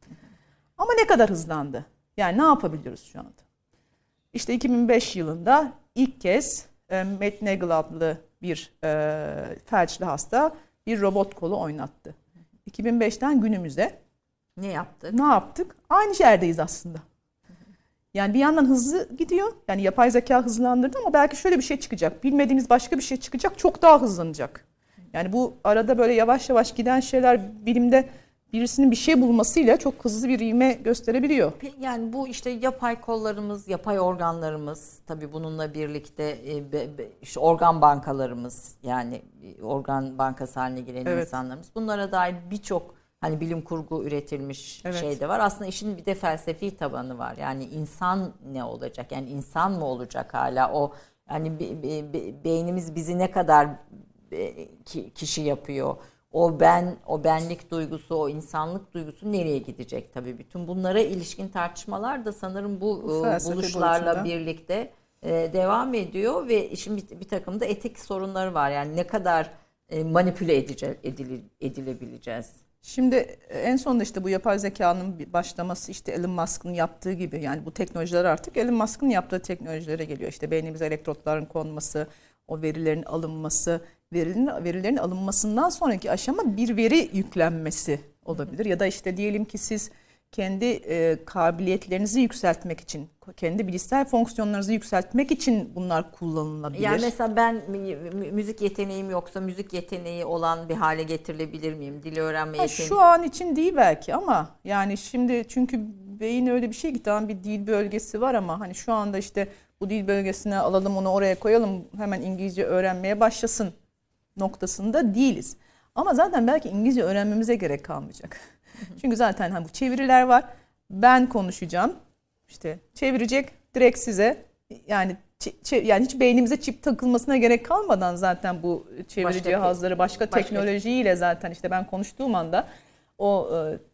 Ama ne kadar hızlandı? Yani ne yapabiliyoruz şu anda? İşte iki bin beş yılında ilk kez e, Matt Nagle adlı bir e, felçli hasta bir robot kolu oynattı. iki bin beşten günümüze
Ne yaptık?
ne yaptık? Aynı yerdeyiz aslında. Yani bir yandan hızlı gidiyor. Yani yapay zeka hızlandırdı ama belki şöyle bir şey çıkacak. Bilmediğimiz başka bir şey çıkacak. Çok daha hızlanacak. Yani bu arada böyle yavaş yavaş giden şeyler bilimde birisinin bir şey bulmasıyla çok hızlı bir ivme gösterebiliyor.
Yani bu işte yapay kollarımız, yapay organlarımız, tabii bununla birlikte e, be, be, işte organ bankalarımız, yani organ bankası haline gelen
Evet.
insanlarımız. Bunlara dair birçok hani bilim kurgu üretilmiş
Evet.
şey de var. Aslında işin bir de felsefi tabanı var. Yani insan ne olacak? Yani insan mı olacak hala? O hani be, be, be, beynimiz bizi ne kadar e, ki, kişi yapıyor? O ben, o benlik duygusu, o insanlık duygusu nereye gidecek tabii? Bütün bunlara ilişkin tartışmalar da sanırım bu,
Bu
e,
felsefe
buluşlarla
boyutunda.
birlikte e, devam ediyor ve işin bir, bir takım da etik sorunları var. Yani ne kadar e, manipüle edice, edile, edilebileceğiz?
Şimdi en sonunda işte bu yapay zekanın bir başlaması işte Elon Musk'ın yaptığı gibi, yani bu teknolojiler artık Elon Musk'ın yaptığı teknolojilere geliyor. İşte beynimize elektrotların konması, o verilerin alınması, verilerin, verilerin alınmasından sonraki aşama bir veri yüklenmesi olabilir. Ya da işte diyelim ki siz kendi e, kabiliyetlerinizi yükseltmek için, kendi bilişsel fonksiyonlarınızı yükseltmek için bunlar kullanılabilir.
Yani mesela ben mü- müzik yeteneğim yoksa müzik yeteneği olan bir hale getirilebilir miyim? Dil öğrenme
Ha,
yeteneği.
şu an için değil belki ama yani şimdi çünkü beyin öyle bir şey ki tamam bir dil bölgesi var ama hani şu anda işte bu dil bölgesine alalım onu oraya koyalım hemen İngilizce öğrenmeye başlasın noktasında değiliz. Ama zaten belki İngilizce öğrenmemize gerek kalmayacak. Çünkü zaten hani bu çeviriler var. Ben konuşacağım. İşte çevirecek direkt size. Yani ç- yani hiç beynimize çip takılmasına gerek kalmadan zaten bu çeviri
Başka
cihazları başka,
başka-
teknolojiyle zaten işte ben konuştuğum anda o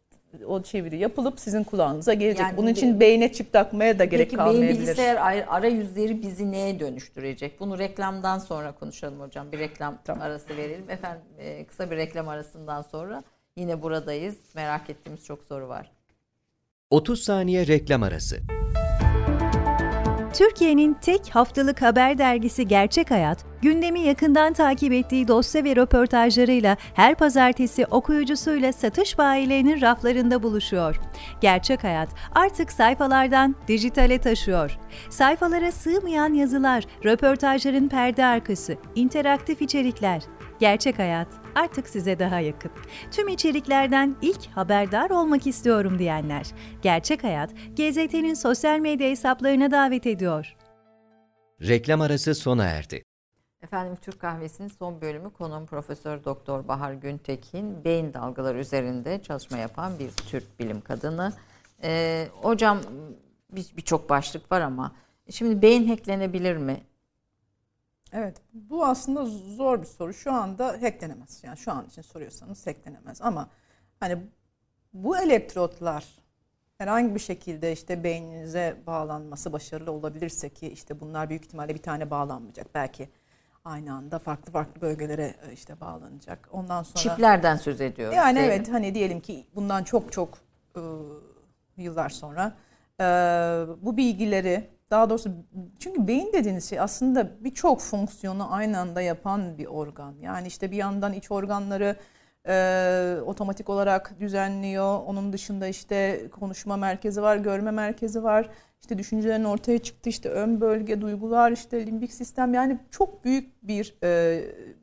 o çeviri yapılıp sizin kulağınıza gelecek.
Yani
Bunun
be-
için beyne çip takmaya da gerek
Peki beyin
kalmayabilir.
bilgisayar ar- arayüzleri bizi neye dönüştürecek? Bunu reklamdan sonra konuşalım hocam. Bir reklam
Tamam.
arası verelim. Efendim e, kısa bir reklam arasından sonra yine buradayız. Merak ettiğimiz çok soru var.
otuz saniye reklam arası.
Türkiye'nin tek haftalık haber dergisi Gerçek Hayat, gündemi yakından takip ettiği dosya ve röportajlarıyla her pazartesi okuyucusuyla satış bayilerinin raflarında buluşuyor. Gerçek Hayat artık sayfalardan dijitale taşıyor. Sayfalara sığmayan yazılar, röportajların perde arkası, interaktif içerikler. Gerçek Hayat artık size daha yakın. Tüm içeriklerden ilk haberdar olmak istiyorum diyenler. Gerçek Hayat, G Z T'nin sosyal medya hesaplarına davet ediyor.
Reklam arası sona erdi.
Efendim Türk Kahvesi'nin son bölümü konuğum Profesör Doktor Bahar Güntekin, beyin dalgaları üzerinde çalışma yapan bir Türk bilim kadını. Ee, hocam bir- birçok başlık var ama şimdi beyin hacklenebilir mi?
Evet, bu aslında zor bir soru. Şu anda hacklenemez. Yani şu an için soruyorsanız hacklenemez. Ama hani bu elektrotlar herhangi bir şekilde işte beyninize bağlanması başarılı olabilirse ki işte bunlar büyük ihtimalle bir tane bağlanmayacak. Belki aynı anda farklı farklı bölgelere işte bağlanacak. Ondan sonra
Çiplerden söz ediyoruz.
yani
değil mi?
evet hani diyelim ki bundan çok çok e, yıllar sonra e, bu bilgileri daha doğrusu çünkü beyin dediğiniz şey aslında birçok fonksiyonu aynı anda yapan bir organ. Yani işte bir yandan iç organları e, otomatik olarak düzenliyor. Onun dışında işte konuşma merkezi var, görme merkezi var. İşte düşüncelerin ortaya çıktı işte ön bölge, duygular, işte limbik sistem yani çok büyük bir e,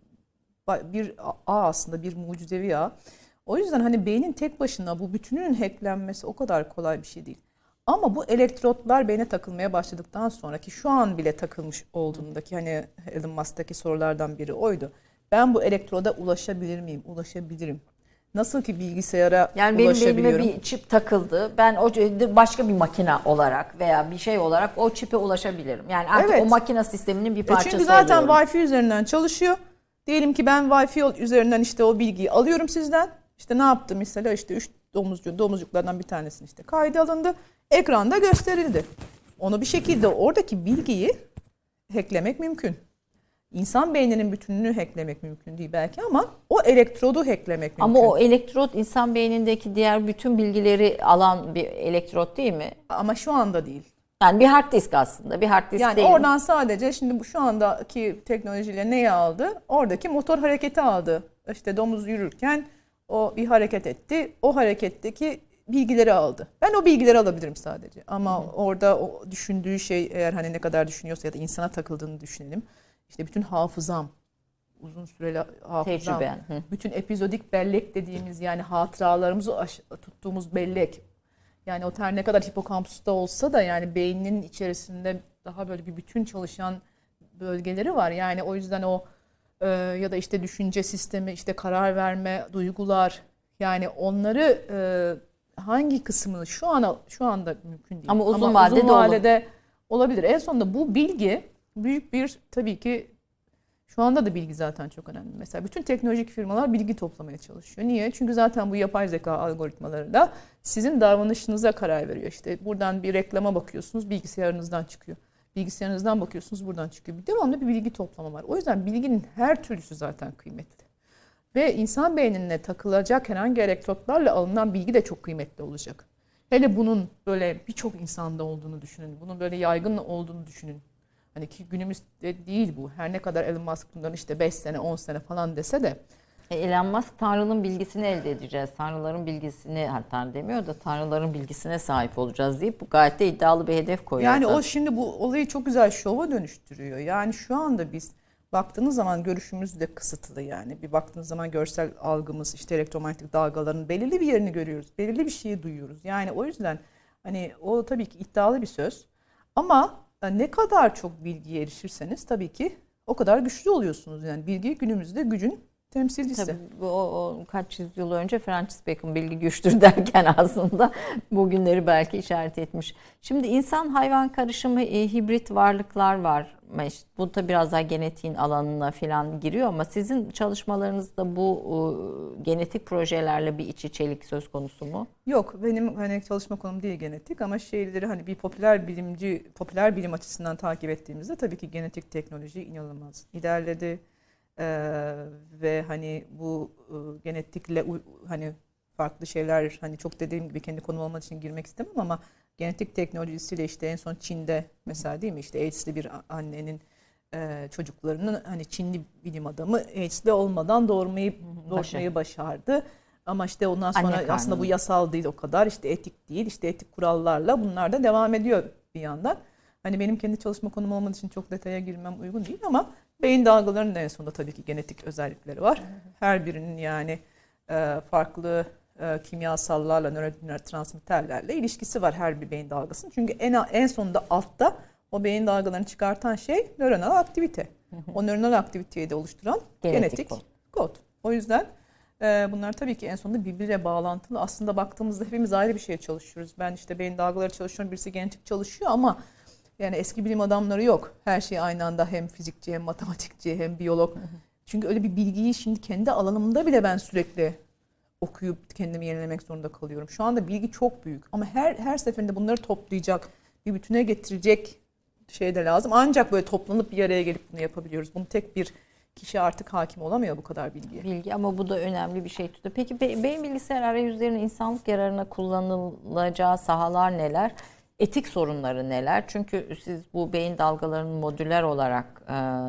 bir ağ aslında bir mucizevi ağ. O yüzden hani beynin tek başına bu bütünün hacklenmesi o kadar kolay bir şey değil. Ama bu elektrotlar beyne takılmaya başladıktan sonra ki şu an bile takılmış olduğundaki hani Elon Musk'taki sorulardan biri oydu. Ben bu elektroda ulaşabilir miyim? Ulaşabilirim. Nasıl ki bilgisayara
Yani benim
ulaşabiliyorum.
beynime bir çip takıldı. Ben o başka bir makine olarak veya bir şey olarak o çipe ulaşabilirim. Yani artık
Evet.
o makine sisteminin bir
E
parçası
çünkü zaten
oluyorum.
Wi-Fi üzerinden çalışıyor. Diyelim ki ben Wi-Fi üzerinden işte o bilgiyi alıyorum sizden. İşte ne yaptım mesela işte üç domuzcuğun domuzcuklardan bir tanesinin işte kaydı alındı. Ekranda gösterildi. Onu bir şekilde oradaki bilgiyi hacklemek mümkün. İnsan beyninin bütününü hacklemek mümkün değil belki ama o elektrodu hacklemek mümkün.
Ama o elektrot insan beynindeki diğer bütün bilgileri alan bir elektrot değil mi?
Ama şu anda değil.
Yani bir hard disk aslında. Bir hard disk
Yani
değil.
oradan sadece şimdi bu şu andaki teknolojiyle neyi aldı? Oradaki motor hareketi aldı. İşte domuz yürürken o bir hareket etti. O hareketteki bilgileri aldı. Ben o bilgileri alabilirim sadece. Ama hı hı. orada o düşündüğü şey eğer hani ne kadar düşünüyorsa ya da insana takıldığını düşünelim. İşte bütün hafızam, uzun süreli hafızam,
Tecrüben. Hı.
bütün epizodik bellek dediğimiz yani hatıralarımızı aş- tuttuğumuz bellek. Yani o ter ne kadar hipokampusta olsa da yani beyninin içerisinde daha böyle bir bütün çalışan bölgeleri var. Yani o yüzden o e, ya da işte düşünce sistemi, işte karar verme, duygular yani onları e, hangi kısmını şu an şu anda mümkün değil.
Ama uzun
Ama
vadede,
uzun vadede olabilir. En sonunda bu bilgi büyük bir tabii ki şu anda da bilgi zaten çok önemli. Mesela bütün teknolojik firmalar bilgi toplamaya çalışıyor. Niye? Çünkü zaten bu yapay zeka algoritmalarıyla sizin davranışınıza karar veriyor. İşte buradan bir reklama bakıyorsunuz, bilgisayarınızdan çıkıyor. Bilgisayarınızdan bakıyorsunuz, buradan çıkıyor. Bir devamlı bir bilgi toplama var. O yüzden bilginin her türlüsü zaten kıymetli. Ve insan beynine takılacak herhangi elektrotlarla alınan bilgi de çok kıymetli olacak. Hele bunun böyle birçok insanda olduğunu düşünün. Bunun böyle yaygın olduğunu düşünün. Hani ki günümüzde değil bu. Her ne kadar Elon Musk bundan işte beş sene on sene falan dese de.
E, Elon Musk Tanrı'nın bilgisini elde edeceğiz. Tanrıların bilgisini, hatta demiyor da Tanrıların bilgisine sahip olacağız deyip bu gayet de iddialı bir hedef koyuyor.
Yani
zaten.
o şimdi bu olayı çok güzel şova dönüştürüyor. Yani şu anda biz baktığınız zaman görüşümüz de kısıtlı yani. Bir baktığınız zaman görsel algımız işte elektromanyetik dalgaların belirli bir yerini görüyoruz. Belirli bir şeyi duyuyoruz. Yani o yüzden hani o tabii ki iddialı bir söz. Ama ne kadar çok bilgiye erişirseniz tabii ki o kadar güçlü oluyorsunuz. Yani bilgi günümüzde gücün temsilcisi.
Tabii, o, o kaç yüzyıl önce Francis Bacon bilgi güçtür derken aslında bugünleri belki işaret etmiş. Şimdi insan hayvan karışımı e, hibrit varlıklar var. Bu da biraz daha genetiğin alanına falan giriyor ama sizin çalışmalarınızda bu e, genetik projelerle bir iç içelik söz konusu mu?
Yok, benim hani çalışma konum değil genetik ama şeyleri hani bir popüler bilimci, popüler bilim açısından takip ettiğimizde tabii ki genetik teknoloji inanılmaz ilerledi. Ee, ve hani bu e, genetikle hani farklı şeyler hani çok dediğim gibi kendi konum olmak için girmek istemem ama genetik teknolojisiyle işte en son Çin'de mesela değil mi işte AIDS'li bir annenin e, çocuklarının hani Çinli bilim adamı AIDS'li olmadan doğurmayı doğurmayı başardı. Ama işte ondan sonra
Anne
aslında bu
karnında.
yasal değil o kadar işte etik değil işte etik kurallarla bunlar da devam ediyor bir yandan. Hani benim kendi çalışma konum olmadığı için çok detaya girmem uygun değil ama beyin dalgalarının en sonunda tabii ki genetik özellikleri var. Her birinin yani e, farklı e, kimyasallarla, nörotransmitterlerle ilişkisi var her bir beyin dalgasının. Çünkü en en sonunda altta o beyin dalgalarını çıkartan şey nöronal aktivite. O nöronal aktiviteyi de oluşturan
Genetik
genetik
kod.
kod. O yüzden e, bunlar tabii ki en sonunda birbiriyle bağlantılı. Aslında baktığımızda hepimiz ayrı bir şeye çalışıyoruz. Ben işte beyin dalgaları çalışıyorum, birisi genetik çalışıyor ama yani eski bilim adamları yok. Her şey aynı anda hem fizikçi hem matematikçi hem biyolog. Çünkü öyle bir bilgiyi şimdi kendi alanımda bile ben sürekli okuyup kendimi yenilemek zorunda kalıyorum. Şu anda bilgi çok büyük ama her her seferinde bunları toplayacak, bir bütüne getirecek şey de lazım. Ancak böyle toplanıp bir araya gelip bunu yapabiliyoruz. Bunu tek bir kişi artık hakim olamıyor bu kadar bilgiye.
Bilgi ama bu da önemli bir şey tutuyor. Peki be- beyin bilgisayar arayüzlerinin insanlık yararına kullanılacağı sahalar neler? Etik sorunları neler? Çünkü siz bu beyin dalgalarının modüler olarak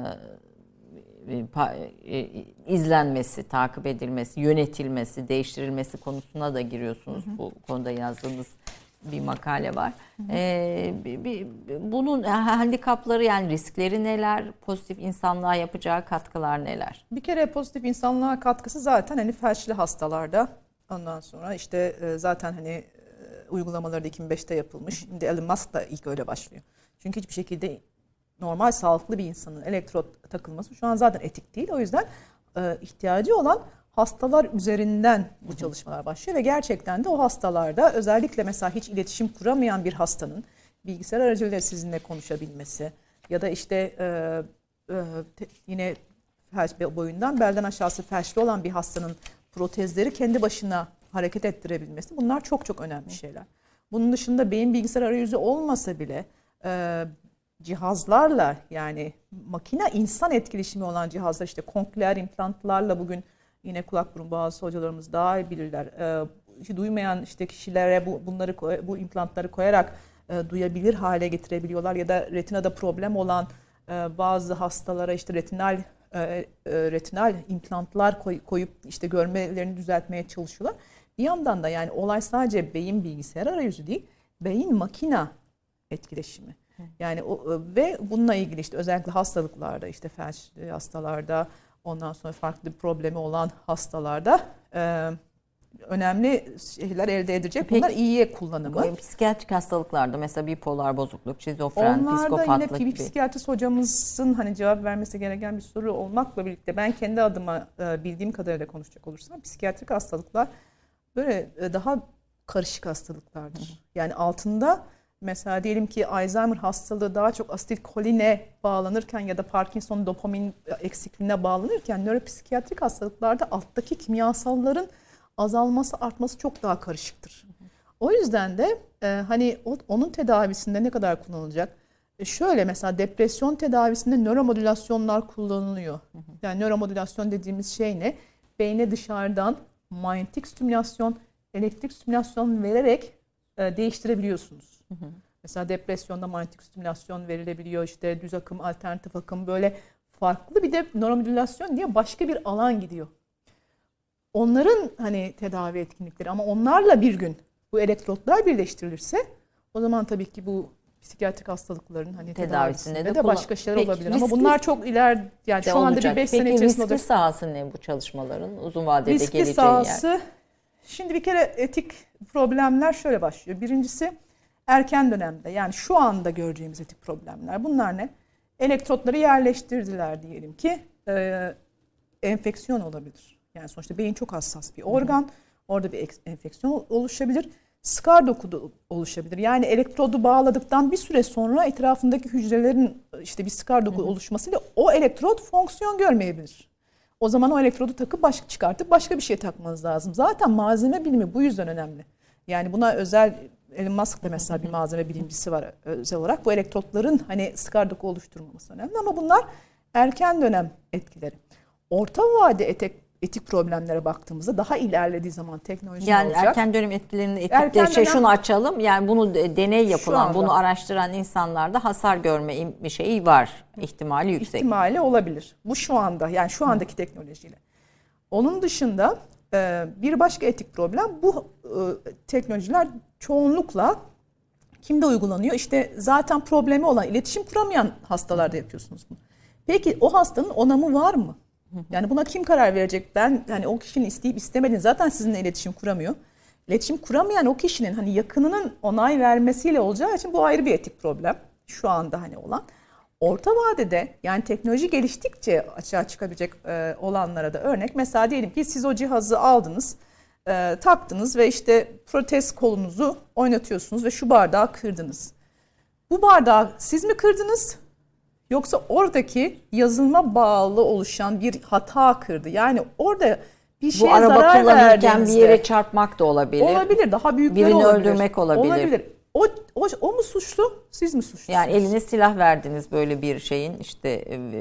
e, e, izlenmesi, takip edilmesi, yönetilmesi, değiştirilmesi konusuna da giriyorsunuz. Hı hı. Bu konuda yazdığınız bir makale var. Hı hı. E, bir, bir, bunun handikapları yani riskleri neler? Pozitif insanlığa yapacağı katkılar neler?
Bir kere pozitif insanlığa katkısı zaten hani felçli hastalarda. Ondan sonra işte zaten hani uygulamaları da iki bin beşte yapılmış. Şimdi Elon Musk da ilk öyle başlıyor. Çünkü hiçbir şekilde normal sağlıklı bir insanın elektrot takılması şu an zaten etik değil. O yüzden e, ihtiyacı olan hastalar üzerinden bu çalışmalar başlıyor ve gerçekten de o hastalarda özellikle mesela hiç iletişim kuramayan bir hastanın bilgisayar aracılığıyla sizinle konuşabilmesi ya da işte e, e, te, yine felç boyundan belden aşağısı felçli olan bir hastanın protezleri kendi başına hareket ettirebilmesi, bunlar çok çok önemli şeyler. Bunun dışında beyin bilgisayar arayüzü olmasa bile e, cihazlarla, yani makine insan etkileşimi olan cihazlar, işte kokleer implantlarla, bugün yine kulak burun boğaz hocalarımız daha iyi bilirler. E, hiç duymayan işte kişilere bu bunları bu implantları koyarak e, duyabilir hale getirebiliyorlar, ya da retinada problem olan e, bazı hastalara işte retinal e, e, retinal implantlar koy, koyup işte görmelerini düzeltmeye çalışıyorlar. Bir yandan da yani olay sadece beyin bilgisayar arayüzü değil, beyin makina etkileşimi. Yani o, ve bununla ilgili işte özellikle hastalıklarda, işte felçli hastalarda, ondan sonra farklı bir problemi olan hastalarda e, önemli şeyler elde edecek.
Peki,
bunlar iyiye kullanımı.
Psikiyatrik hastalıklarda mesela bipolar bozukluk, şizofren,
Onlarda
psikopatlık
yine bir
gibi.
psikiyatrist hocamızın hani cevap vermesi gereken bir soru olmakla birlikte ben kendi adıma e, bildiğim kadarıyla konuşacak olursam, psikiyatrik hastalıklar böyle e, daha karışık hastalıklardır. Yani altında mesela diyelim ki Alzheimer hastalığı daha çok asetilkoline bağlanırken ya da Parkinson dopamin eksikliğine bağlanırken, nöropsikiyatrik hastalıklarda alttaki kimyasalların azalması, artması çok daha karışıktır. O yüzden de e, hani o, onun tedavisinde ne kadar kullanılacak? E, şöyle mesela depresyon tedavisinde nöromodülasyonlar kullanılıyor. Yani nöromodülasyon dediğimiz şey ne? Beyne dışarıdan manyetik stimülasyon, elektrik stimülasyon vererek e, değiştirebiliyorsunuz. Hı hı. Mesela depresyonda manyetik stimülasyon verilebiliyor, işte düz akım, alternatif akım, böyle farklı bir de nöromodülasyon diye başka bir alan gidiyor. Onların hani tedavi etkinlikleri, ama onlarla bir gün bu elektrotlar birleştirilirse o zaman tabii ki bu psikiyatrik hastalıkların hani tedavisinde, tedavisinde de, de başka şeyler
Peki,
olabilir.
riskli,
ama bunlar çok iler, yani şu anda bir beş sene içerisinde
olacak. Riskli sahası ne bu çalışmaların? Uzun vadede
riskli
geleceği
sahası,
yer.
Şimdi bir kere etik problemler şöyle başlıyor. Birincisi erken dönemde, yani şu anda göreceğimiz etik problemler. Bunlar ne? Elektrotları yerleştirdiler diyelim ki, e, enfeksiyon olabilir. Yani sonuçta beyin çok hassas bir organ. Hı hı. Orada bir enfeksiyon oluşabilir. Skar doku da oluşabilir. Yani elektrodu bağladıktan bir süre sonra etrafındaki hücrelerin işte bir skar doku hı hı. oluşmasıyla o elektrot fonksiyon görmeyebilir. O zaman o elektrodu takıp başka çıkartıp başka bir şey takmanız lazım. Zaten malzeme bilimi bu yüzden önemli. Yani buna özel, Elon Musk da mesela bir malzeme bilimcisi var özel olarak. Bu elektrotların hani skar doku oluşturmaması önemli, ama bunlar erken dönem etkileri. Orta vade etek etik problemlere baktığımızda daha ilerlediği zaman teknoloji
yani
olacak.
Erken dönem etkilerinde etikte şey
dönem,
şunu açalım. Yani bunu deney yapılan, bunu araştıran insanlarda hasar görme bir şeyi var. İhtimali yüksek.
İhtimali olabilir. Bu şu anda, yani şu andaki teknolojiyle. Onun dışında bir başka etik problem, bu teknolojiler çoğunlukla kimde uygulanıyor? İşte zaten problemi olan, iletişim kuramayan hastalarda yapıyorsunuz bunu. Peki o hastanın onamı var mı? Yani buna kim karar verecek? Ben yani o kişinin isteyip istemediğini, zaten sizinle iletişim kuramıyor. İletişim kuramayan o kişinin hani yakınının onay vermesiyle olacağı için bu ayrı bir etik problem. Şu anda hani olan. Orta vadede, yani teknoloji geliştikçe açığa çıkabilecek e, olanlara da örnek. Mesela diyelim ki siz o cihazı aldınız, e, taktınız ve işte protez kolunuzu oynatıyorsunuz ve şu bardağı kırdınız. Bu bardağı siz mi kırdınız? Yoksa oradaki yazılıma bağlı oluşan bir hata kırdı. Yani orada bir şeye zarar
verdiğinizde. Bu araba kullanırken bir yere çarpmak da olabilir.
Olabilir. Daha büyükleri
birini
olabilir.
Birini öldürmek olabilir.
Olabilir. O, o, o mu suçlu? Siz mi suçlusunuz?
Yani eline silah verdiniz böyle bir şeyin işte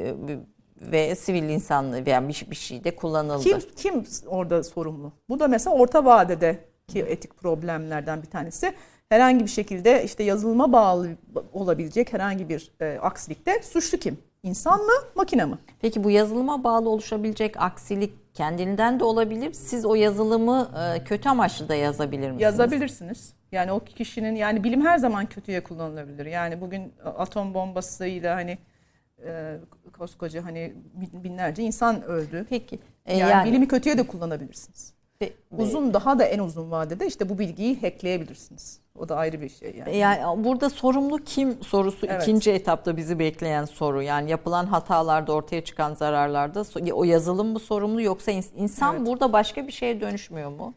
ve sivil insanlığı yani bir, bir şey de kullanıldı.
Kim, kim orada sorumlu? Bu da mesela orta vadedeki etik problemlerden bir tanesi. Herhangi bir şekilde işte yazılıma bağlı olabilecek herhangi bir e, aksilikte suçlu kim? İnsan mı, makine mi?
Peki bu yazılıma bağlı oluşabilecek aksilik kendinden de olabilir. Siz o yazılımı e, kötü amaçlı da yazabilir misiniz?
Yazabilirsiniz. Yani o kişinin, yani bilim her zaman kötüye kullanılabilir. Yani bugün atom bombasıyla hani e, koskoca hani binlerce insan öldü.
Peki.
E, yani, yani bilimi kötüye de kullanabilirsiniz. Be, uzun, daha da en uzun vadede işte bu bilgiyi hackleyebilirsiniz. O da ayrı bir şey yani.
Yani burada sorumlu kim sorusu evet. ikinci etapta bizi bekleyen soru. Yani yapılan hatalarda, ortaya çıkan zararlarda o yazılım mı sorumlu, yoksa insan evet. burada başka bir şeye dönüşmüyor mu?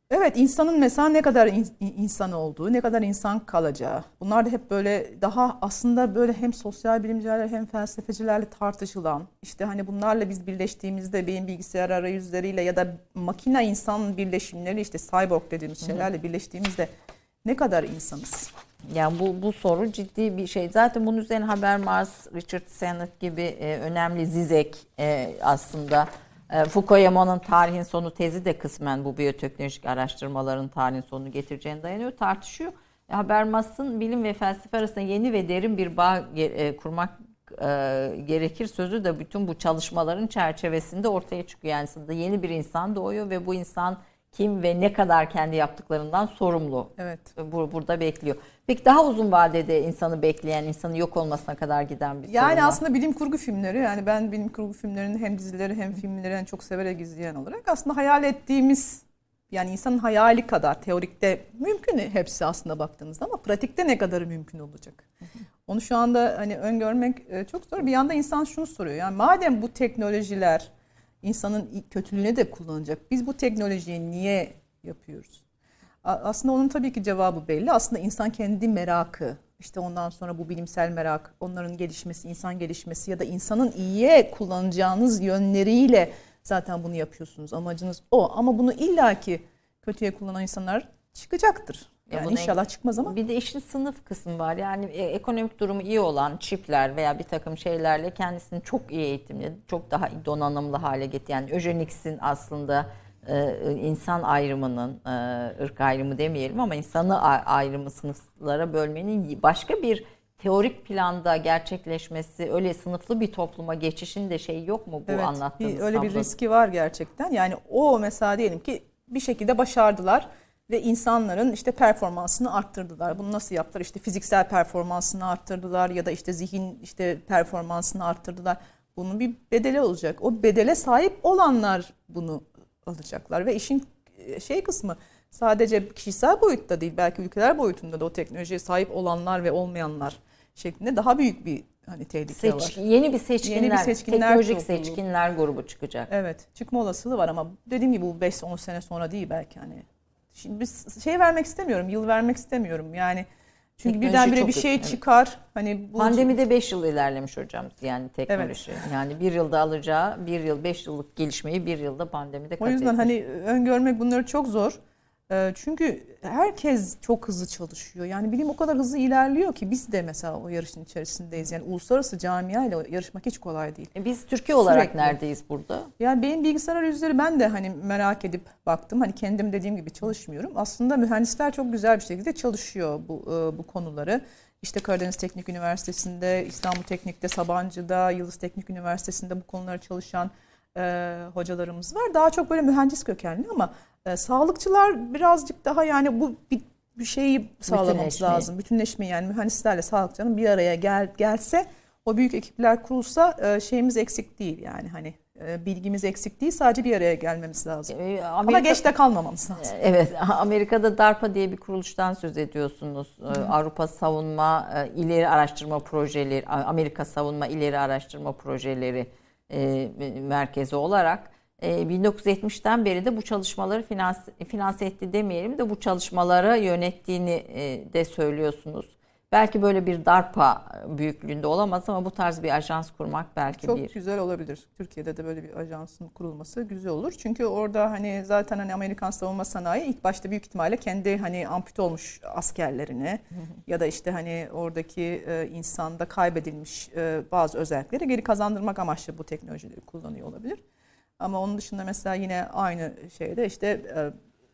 Evet, insanın mesela ne kadar in- insan olduğu, ne kadar insan kalacağı. Bunlar da hep böyle daha aslında böyle hem sosyal bilimcilerle hem felsefecilerle tartışılan. İşte hani bunlarla biz birleştiğimizde beyin bilgisayar arayüzleriyle ya da makine insan birleşimleri işte cyborg dediğimiz şeylerle birleştiğimizde ne kadar insanız?
Yani bu bu soru ciddi bir şey. Zaten bunun üzerine Habermas, Richard Sennett gibi e, önemli Zizek e, aslında e, Fukuyama'nın Tarihin Sonu tezi de kısmen bu biyoteknolojik araştırmaların tarihin sonunu getireceğine dayanıyor. Tartışıyor. E, Habermas'ın bilim ve felsefe arasında yeni ve derin bir bağ e, kurmak e, gerekir sözü de bütün bu çalışmaların çerçevesinde ortaya çıkıyor. Yani aslında yeni bir insan doğuyor ve bu insan kim ve ne kadar kendi yaptıklarından sorumlu.
Evet.
Bur- burada bekliyor. Peki daha uzun vadede insanı bekleyen, insanın yok olmasına kadar giden bir
Yani
sorun var.
aslında bilim kurgu filmleri, yani ben bilim kurgu filmlerinin hem dizileri hem filmleri en çok severek izleyen olarak aslında hayal ettiğimiz, yani insanın hayali kadar teorikte mümkün hepsi aslında baktığınızda, ama pratikte ne kadar mümkün olacak? Onu şu anda hani öngörmek çok zor. Bir yanda insan şunu soruyor. Yani madem bu teknolojiler insanın kötülüğüne de kullanacak, biz bu teknolojiyi niye yapıyoruz? Aslında onun tabii ki cevabı belli. Aslında insan kendi merakı, işte ondan sonra bu bilimsel merak, onların gelişmesi, insan gelişmesi ya da insanın iyiye kullanacağınız yönleriyle zaten bunu yapıyorsunuz. Amacınız o. Ama bunu illaki kötüye kullanan insanlar çıkacaktır. Yani
Ya
inşallah
en,
çıkmaz ama.
Bir de işin sınıf kısmı var. Yani e, ekonomik durumu iyi olan çipler veya bir takım şeylerle kendisini çok iyi eğitimli, çok daha donanımlı hale getiren, yani Eugenics'in aslında e, insan ayrımının, e, ırk ayrımı demeyelim ama insanı ayrımı sınıflara bölmenin başka bir teorik planda gerçekleşmesi, öyle sınıflı bir topluma geçişin de şey yok mu bu
Evet,
anlattığınız
bir, öyle bir
tablo?
riski var gerçekten. Yani o mesela diyelim ki bir şekilde başardılar ve insanların işte performansını arttırdılar. Bunu nasıl yaptılar? İşte fiziksel performansını arttırdılar ya da işte zihin işte performansını arttırdılar. Bunun bir bedeli olacak. O bedele sahip olanlar bunu alacaklar ve işin şey kısmı sadece kişisel boyutta değil, belki ülkeler boyutunda da o teknolojiye sahip olanlar ve olmayanlar şeklinde daha büyük bir hani tehlike
Seç,
var.
Yeni bir seçkinler,
Yeni bir seçkinler
teknolojik
topluluğu.
seçkinler grubu çıkacak.
Evet, çıkma olasılığı var ama dediğim gibi bu beş on sene sonra değil belki hani. Şimdi biz şey vermek istemiyorum, yıl vermek istemiyorum yani. Çünkü
Teknoloji
birdenbire bir
çok
şey
hızlı, evet.
çıkar. Hani bu
Pandemide beş yıl ilerlemiş hocam yani teknoloji. Evet. Yani bir yılda alacağı, bir yıl, beş yıllık gelişmeyi bir yılda pandemide kat
O yüzden
etmiş.
hani öngörmek bunları çok zor. Çünkü herkes çok hızlı çalışıyor. Yani bilim o kadar hızlı ilerliyor ki biz de mesela o yarışın içerisindeyiz. Yani uluslararası camiayla yarışmak hiç kolay değil.
E biz Türkiye olarak
Sürekli.
Neredeyiz burada?
Yani benim bilgisayar arayüzleri ben de hani merak edip baktım. Hani kendim dediğim gibi çalışmıyorum. Aslında mühendisler çok güzel bir şekilde çalışıyor bu bu konuları. İşte Karadeniz Teknik Üniversitesi'nde, İstanbul Teknik'te, Sabancı'da, Yıldız Teknik Üniversitesi'nde bu konuları çalışan e, hocalarımız var. Daha çok böyle mühendis kökenli ama e, sağlıkçılar birazcık daha yani bu bir, bir şeyi sağlamamız lazım. Bütünleşmeyi, yani mühendislerle sağlıkçıların bir araya gel, gelse, o büyük ekipler kurulsa e, şeyimiz eksik değil yani hani e, bilgimiz eksik değil, sadece bir araya gelmemiz lazım.
Ee, Amerika,
ama geç de kalmamamız lazım.
Evet, Amerika'da DARPA diye bir kuruluştan söz ediyorsunuz. Hı. Avrupa Savunma İleri Araştırma Projeleri, Amerika Savunma İleri Araştırma Projeleri e, merkezi olarak e, bin dokuz yüz yetmişten beri de bu çalışmaları finanse, finanse etti demeyelim de bu çalışmaları yönettiğini e, de söylüyorsunuz. Belki böyle bir DARPA büyüklüğünde olamaz ama bu tarz bir ajans kurmak belki
çok
bir...
Çok güzel olabilir. Türkiye'de de böyle bir ajansın kurulması güzel olur. Çünkü orada hani zaten hani Amerikan savunma sanayi ilk başta büyük ihtimalle kendi hani ampute olmuş askerlerine ya da işte hani oradaki e, insanda kaybedilmiş e, bazı özellikleri geri kazandırmak amaçlı bu teknolojileri kullanıyor olabilir. Ama onun dışında mesela yine aynı şeyde işte e,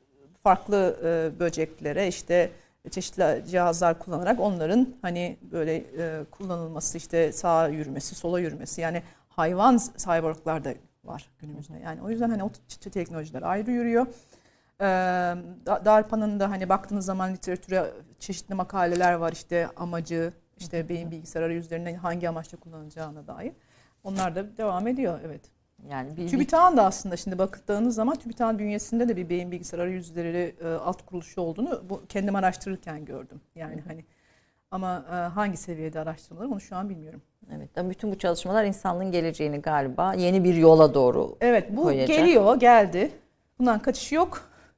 farklı e, böceklere işte çeşitli cihazlar kullanarak onların hani böyle e, kullanılması, işte sağa yürümesi, sola yürümesi, yani hayvan cyborglar da var günümüzde. Yani o yüzden hani o çeşitli teknolojiler ayrı yürüyor. E, DARPA'nın da hani baktığınız zaman literatüre çeşitli makaleler var, işte amacı, işte beyin bilgisayar arayüzlerinin hangi amaçla kullanılacağına dair. Onlar da devam ediyor, evet.
Yani bir,
TÜBİTAK'ın da aslında şimdi baktığınız zaman TÜBİTAK'ın bünyesinde de bir beyin bilgisayar arayüzleri e, alt kuruluşu olduğunu bu, kendim araştırırken gördüm. Yani hı. hani ama e, hangi seviyede araştırmalar onu şu an bilmiyorum.
Evet, bütün bu çalışmalar insanlığın geleceğini galiba yeni bir yola doğru
Evet, bu
koyacak.
geliyor, geldi. Bundan kaçış yok.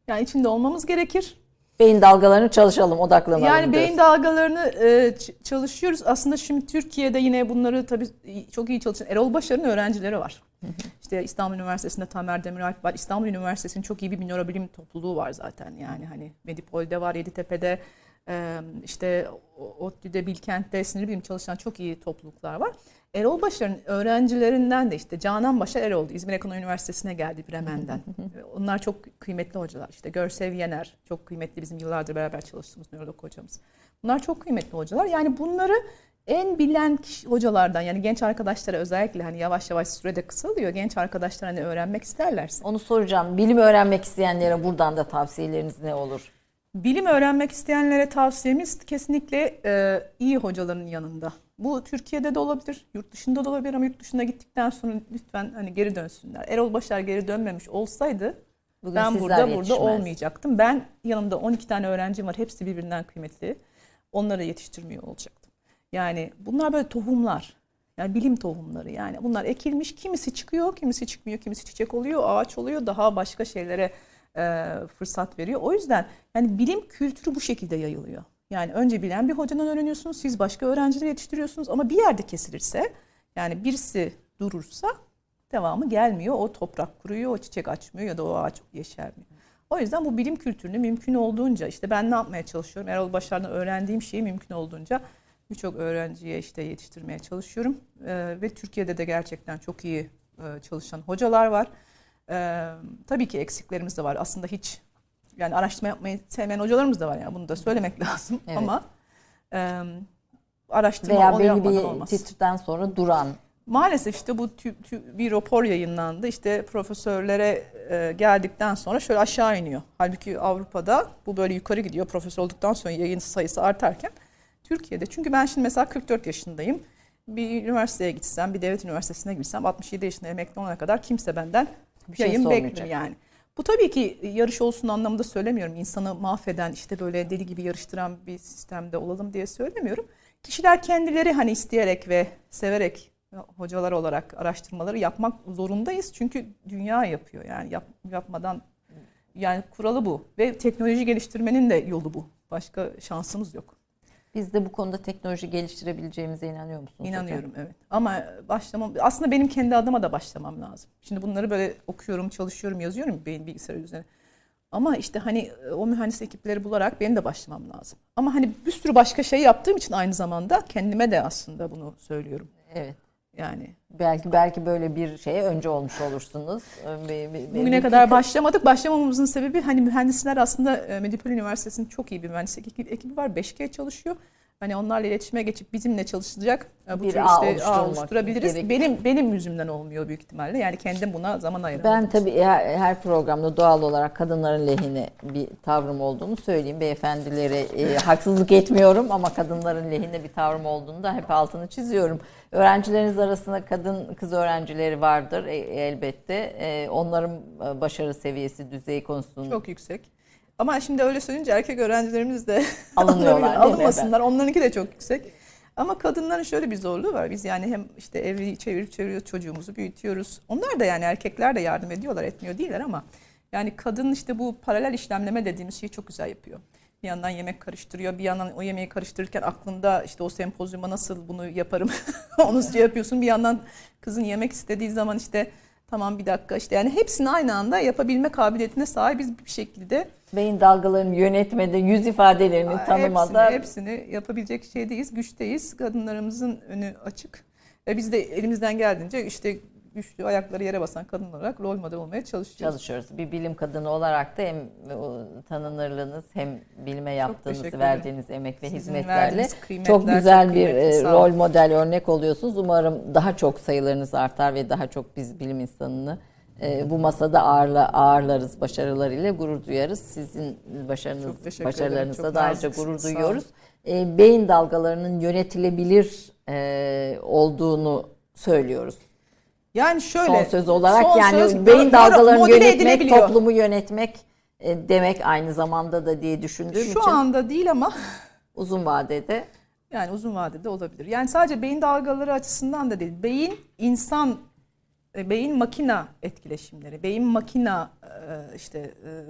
Yani içinde olmamız gerekir.
Beyin dalgalarını çalışalım, odaklanalım.
Yani beyin
diyorsun.
dalgalarını e, ç- çalışıyoruz. Aslında şimdi Türkiye'de yine bunları tabii çok iyi çalışan Erol Başar'ın öğrencileri var. İşte İstanbul Üniversitesi'nde Tamer Demiralp var. İstanbul Üniversitesi'nin çok iyi bir nörobilim topluluğu var zaten. Yani hani Medipol'de var, Yeditepe'de, e, işte ODTÜ'de, Bilkent'te sinir bilim çalışan çok iyi topluluklar var. Erol Başar'ın öğrencilerinden de işte Canan Başar Erol İzmir Ekonomi Üniversitesi'ne geldi Bremen'den. Onlar çok kıymetli hocalar. İşte Görsev Yener çok kıymetli, bizim yıllardır beraber çalıştığımız nörolog hocamız. Bunlar çok kıymetli hocalar. Yani bunları en bilen kişi, hocalardan, yani genç arkadaşlara özellikle, hani yavaş yavaş sürede kısalıyor. Genç arkadaşlar hani öğrenmek isterlerse.
Onu soracağım. Bilim öğrenmek isteyenlere buradan da tavsiyeleriniz ne olur?
Bilim öğrenmek isteyenlere tavsiyemiz kesinlikle e, iyi hocaların yanında. Bu Türkiye'de de olabilir, yurt dışında da olabilir ama yurt dışına gittikten sonra lütfen hani geri dönsünler. Erol Başar geri dönmemiş olsaydı
Bugün
ben
sizler
burada burada
yetişmez.
olmayacaktım. Ben yanımda on iki tane öğrencim var, hepsi birbirinden kıymetli. Onları yetiştirmiyor olacaktım. Yani bunlar böyle tohumlar. Yani bilim tohumları, yani bunlar ekilmiş, kimisi çıkıyor, kimisi çıkmıyor, kimisi çiçek oluyor, ağaç oluyor, daha başka şeylere e, fırsat veriyor. O yüzden yani bilim kültürü bu şekilde yayılıyor. Yani önce bilen bir hocadan öğreniyorsunuz, siz başka öğrencileri yetiştiriyorsunuz ama bir yerde kesilirse, yani birisi durursa devamı gelmiyor. O toprak kuruyor, o çiçek açmıyor ya da o ağaç yeşermiyor. O yüzden bu bilim kültürünü mümkün olduğunca, işte ben ne yapmaya çalışıyorum? Erol Başar'dan öğrendiğim şeyi mümkün olduğunca birçok öğrenciye işte yetiştirmeye çalışıyorum. Ee, ve Türkiye'de de gerçekten çok iyi e, çalışan hocalar var. Ee, tabii ki eksiklerimiz de var. Aslında hiç, yani araştırma yapmayı sevmeyen hocalarımız da var. Yani bunu da söylemek lazım.
Evet.
Ama e, araştırma
Veya
onu
belli
yapmadan
bir
olmaz.
titrden sonra duran.
Maalesef işte bu tü, tü, bir rapor yayınlandı. İşte profesörlere e, geldikten sonra şöyle aşağı iniyor. Halbuki Avrupa'da bu böyle yukarı gidiyor. Profesör olduktan sonra yayın sayısı artarken Türkiye'de. Çünkü ben şimdi mesela kırk dört yaşındayım. Bir üniversiteye gitsem, bir devlet üniversitesine gitsem altmış yedi yaşında emekli olana kadar kimse benden
Bir şey
yayın
sormayacak.
bekliyor yani. Bu tabii ki yarış olsun anlamında söylemiyorum. İnsanı mahveden, işte böyle deli gibi yarıştıran bir sistemde olalım diye söylemiyorum. Kişiler kendileri hani isteyerek ve severek hocalar olarak araştırmaları yapmak zorundayız. Çünkü dünya yapıyor, yani yap, yapmadan, yani kuralı bu. Ve teknoloji geliştirmenin de yolu bu. Başka şansımız yok.
Biz de bu konuda teknoloji geliştirebileceğimize inanıyor musunuz?
İnanıyorum,
hocam?
evet. Ama başlamam, aslında benim kendi adıma da başlamam lazım. Şimdi bunları böyle okuyorum, çalışıyorum, yazıyorum beyin bilgisayarı üzerine. Ama işte hani o mühendis ekipleri bularak benim de başlamam lazım. Ama hani bir sürü başka şey yaptığım için aynı zamanda kendime de aslında bunu söylüyorum.
Evet.
Yani
Belki belki böyle bir şeye önce olmuş olursunuz. Bir- bir-
bugüne
bir-
kadar başlamadık. Başlamamamızın sebebi hani mühendisler aslında e, Medipol Üniversitesi'nin çok iyi bir mühendislik ekibi, ekibi var. beş G çalışıyor. Hani onlarla iletişime geçip bizimle çalışacak e, bu
Bir
tür
ağ
işte
oluşturmak
ağ oluşturabiliriz.
gerekiyor.
Benim benim yüzümden olmuyor büyük ihtimalle. Yani kendim buna zaman ayırıyorum.
Ben tabii her, her programda doğal olarak kadınların lehine bir tavrım olduğunu söyleyeyim. Beyefendilere e, haksızlık etmiyorum ama kadınların lehine bir tavrım olduğunu da hep altını çiziyorum. Öğrencileriniz arasında kadın kız öğrencileri vardır e, elbette. E, onların e, başarı seviyesi, düzeyi konusunda
Çok yüksek. Ama şimdi öyle söyleyince erkek öğrencilerimiz de
Alınıyorlar,
alınabilir,
değil mi?
alınmasınlar. Onlarınki de çok yüksek. Ama kadınların şöyle bir zorluğu var. Biz yani hem işte evi çevirip çeviriyoruz, çocuğumuzu büyütüyoruz. Onlar da, yani erkekler de yardım ediyorlar, etmiyor değiller ama yani kadın işte bu paralel işlemleme dediğimiz şeyi çok güzel yapıyor. Bir yandan yemek karıştırıyor, bir yandan o yemeği karıştırırken aklında işte o sempozyuma nasıl bunu yaparım onu şey yapıyorsun. Bir yandan kızın yemek istediği zaman işte tamam bir dakika işte, yani hepsini aynı anda yapabilme kabiliyetine sahibiz bir şekilde.
beyin dalgalarını yönetmede, yüz ifadelerini tanımada
Hepsini, hepsini yapabilecek şeydeyiz, güçteyiz. Kadınlarımızın önü açık. Ve biz de elimizden geldiğince işte güçlü, ayakları yere basan kadın olarak rol model olmaya çalışıyoruz.
çalışıyoruz. Bir bilim kadını olarak da hem o tanınırlığınız hem bilime yaptığınız,
teşekkür
verdiğiniz emek ve
Sizin
hizmetlerle
verdiğiniz kıymetler
çok güzel
çok
bir
kıymetli,
e,
sağ
rol
olun.
model örnek oluyorsunuz. Umarım daha çok sayılarınız artar ve daha çok biz bilim insanını e, bu masada ağırla, ağırlarız, başarılarıyla gurur duyarız. Sizin başarınız,
Çok teşekkür ederim,
başarılarınızla
çok
da ayrıca
naziksiniz,
gurur
sağ olun.
duyuyoruz. E, beyin dalgalarının yönetilebilir e, olduğunu söylüyoruz.
Yani şöyle.
Son söz olarak
son
yani
söz,
beyin
böyle
dalgalarını
modele
yönetmek,
edilebiliyor.
toplumu yönetmek e, demek aynı zamanda da diye düşündüğüm
Şu
için
anda değil ama
uzun vadede
yani uzun vadede olabilir. Yani sadece beyin dalgaları açısından da değil. Beyin insan, e, beyin makina etkileşimleri, beyin makina e, işte e,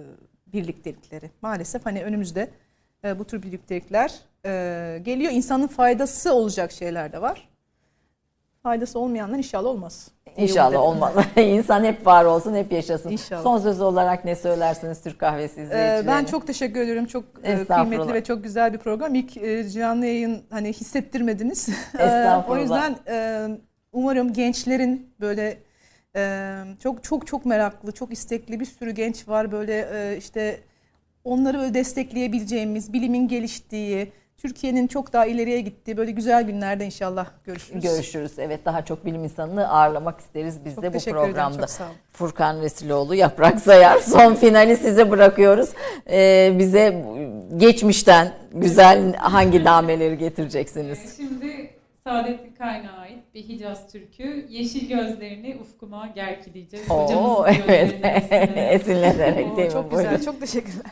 birliktelikleri. Maalesef hani önümüzde e, bu tür birliktelikler e, geliyor. İnsanın faydası olacak şeyler de var. Faydası olmayanlar inşallah olmaz.
İnşallah olmaz. İnsan hep var olsun, hep yaşasın.
İnşallah.
Son söz olarak ne söylersiniz Türk Kahvesi izleyicilerine?
Ee, ben çok teşekkür ediyorum. Çok e, kıymetli ve çok güzel bir program. İlk e, canlı yayın hani hissettirmediniz.
Estağfurullah.
O yüzden e, umarım gençlerin böyle e, çok çok çok meraklı, çok istekli bir sürü genç var. Böyle e, işte onları böyle destekleyebileceğimiz, bilimin geliştiği, Türkiye'nin çok daha ileriye gittiği böyle güzel günlerde inşallah görüşürüz.
Görüşürüz. Evet, daha çok bilim insanını ağırlamak isteriz biz
çok
de bu
teşekkür
programda.
Ederim, çok sağ olun.
Furkan Resiloğlu, Yaprak Sayar. Son finali size bırakıyoruz. Ee, bize geçmişten güzel hangi nameleri getireceksiniz?
Ee, Şimdi Saadettin Kaynağa ait bir Hicaz türkü. Yeşil gözlerini ufkuma ger ki diyeceğiz.
Oo,
Hocamızın
evet.
gözlerine
Esinlenerek
Oo,
değil mi?
çok
Buyurun.
güzel, çok teşekkürler.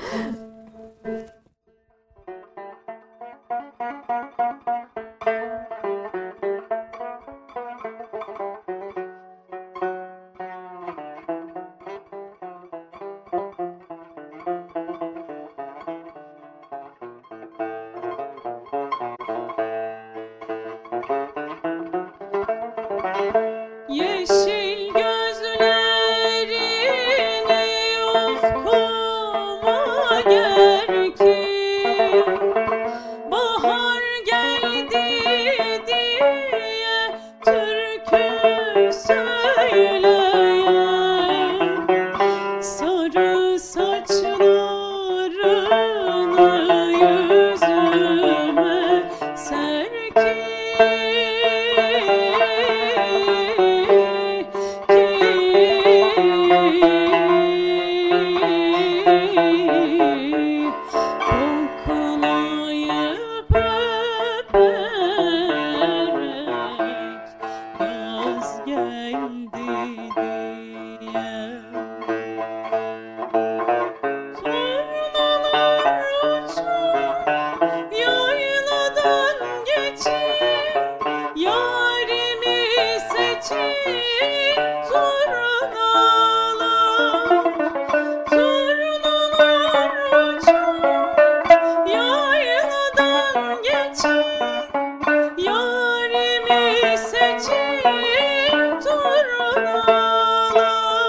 Yeşil gözlerini ufkuma ger ki bahar geldi diye türkü söyleyen sarı saçlarını yüzüme ser ki koklayıp öperek yaz geldi diye. Turnalar uçar yayladan geçin, yarimi seçin turnalar. Turnalar uçar yayladan geçin, yarimi seçin turnalar.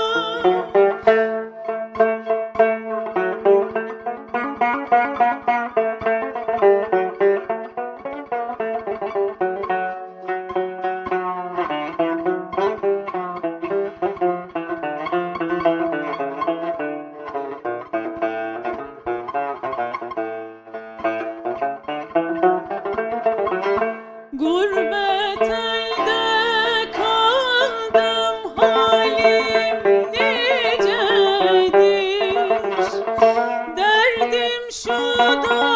Gurbet elde kaldım, halim nicedir. Derdim şu da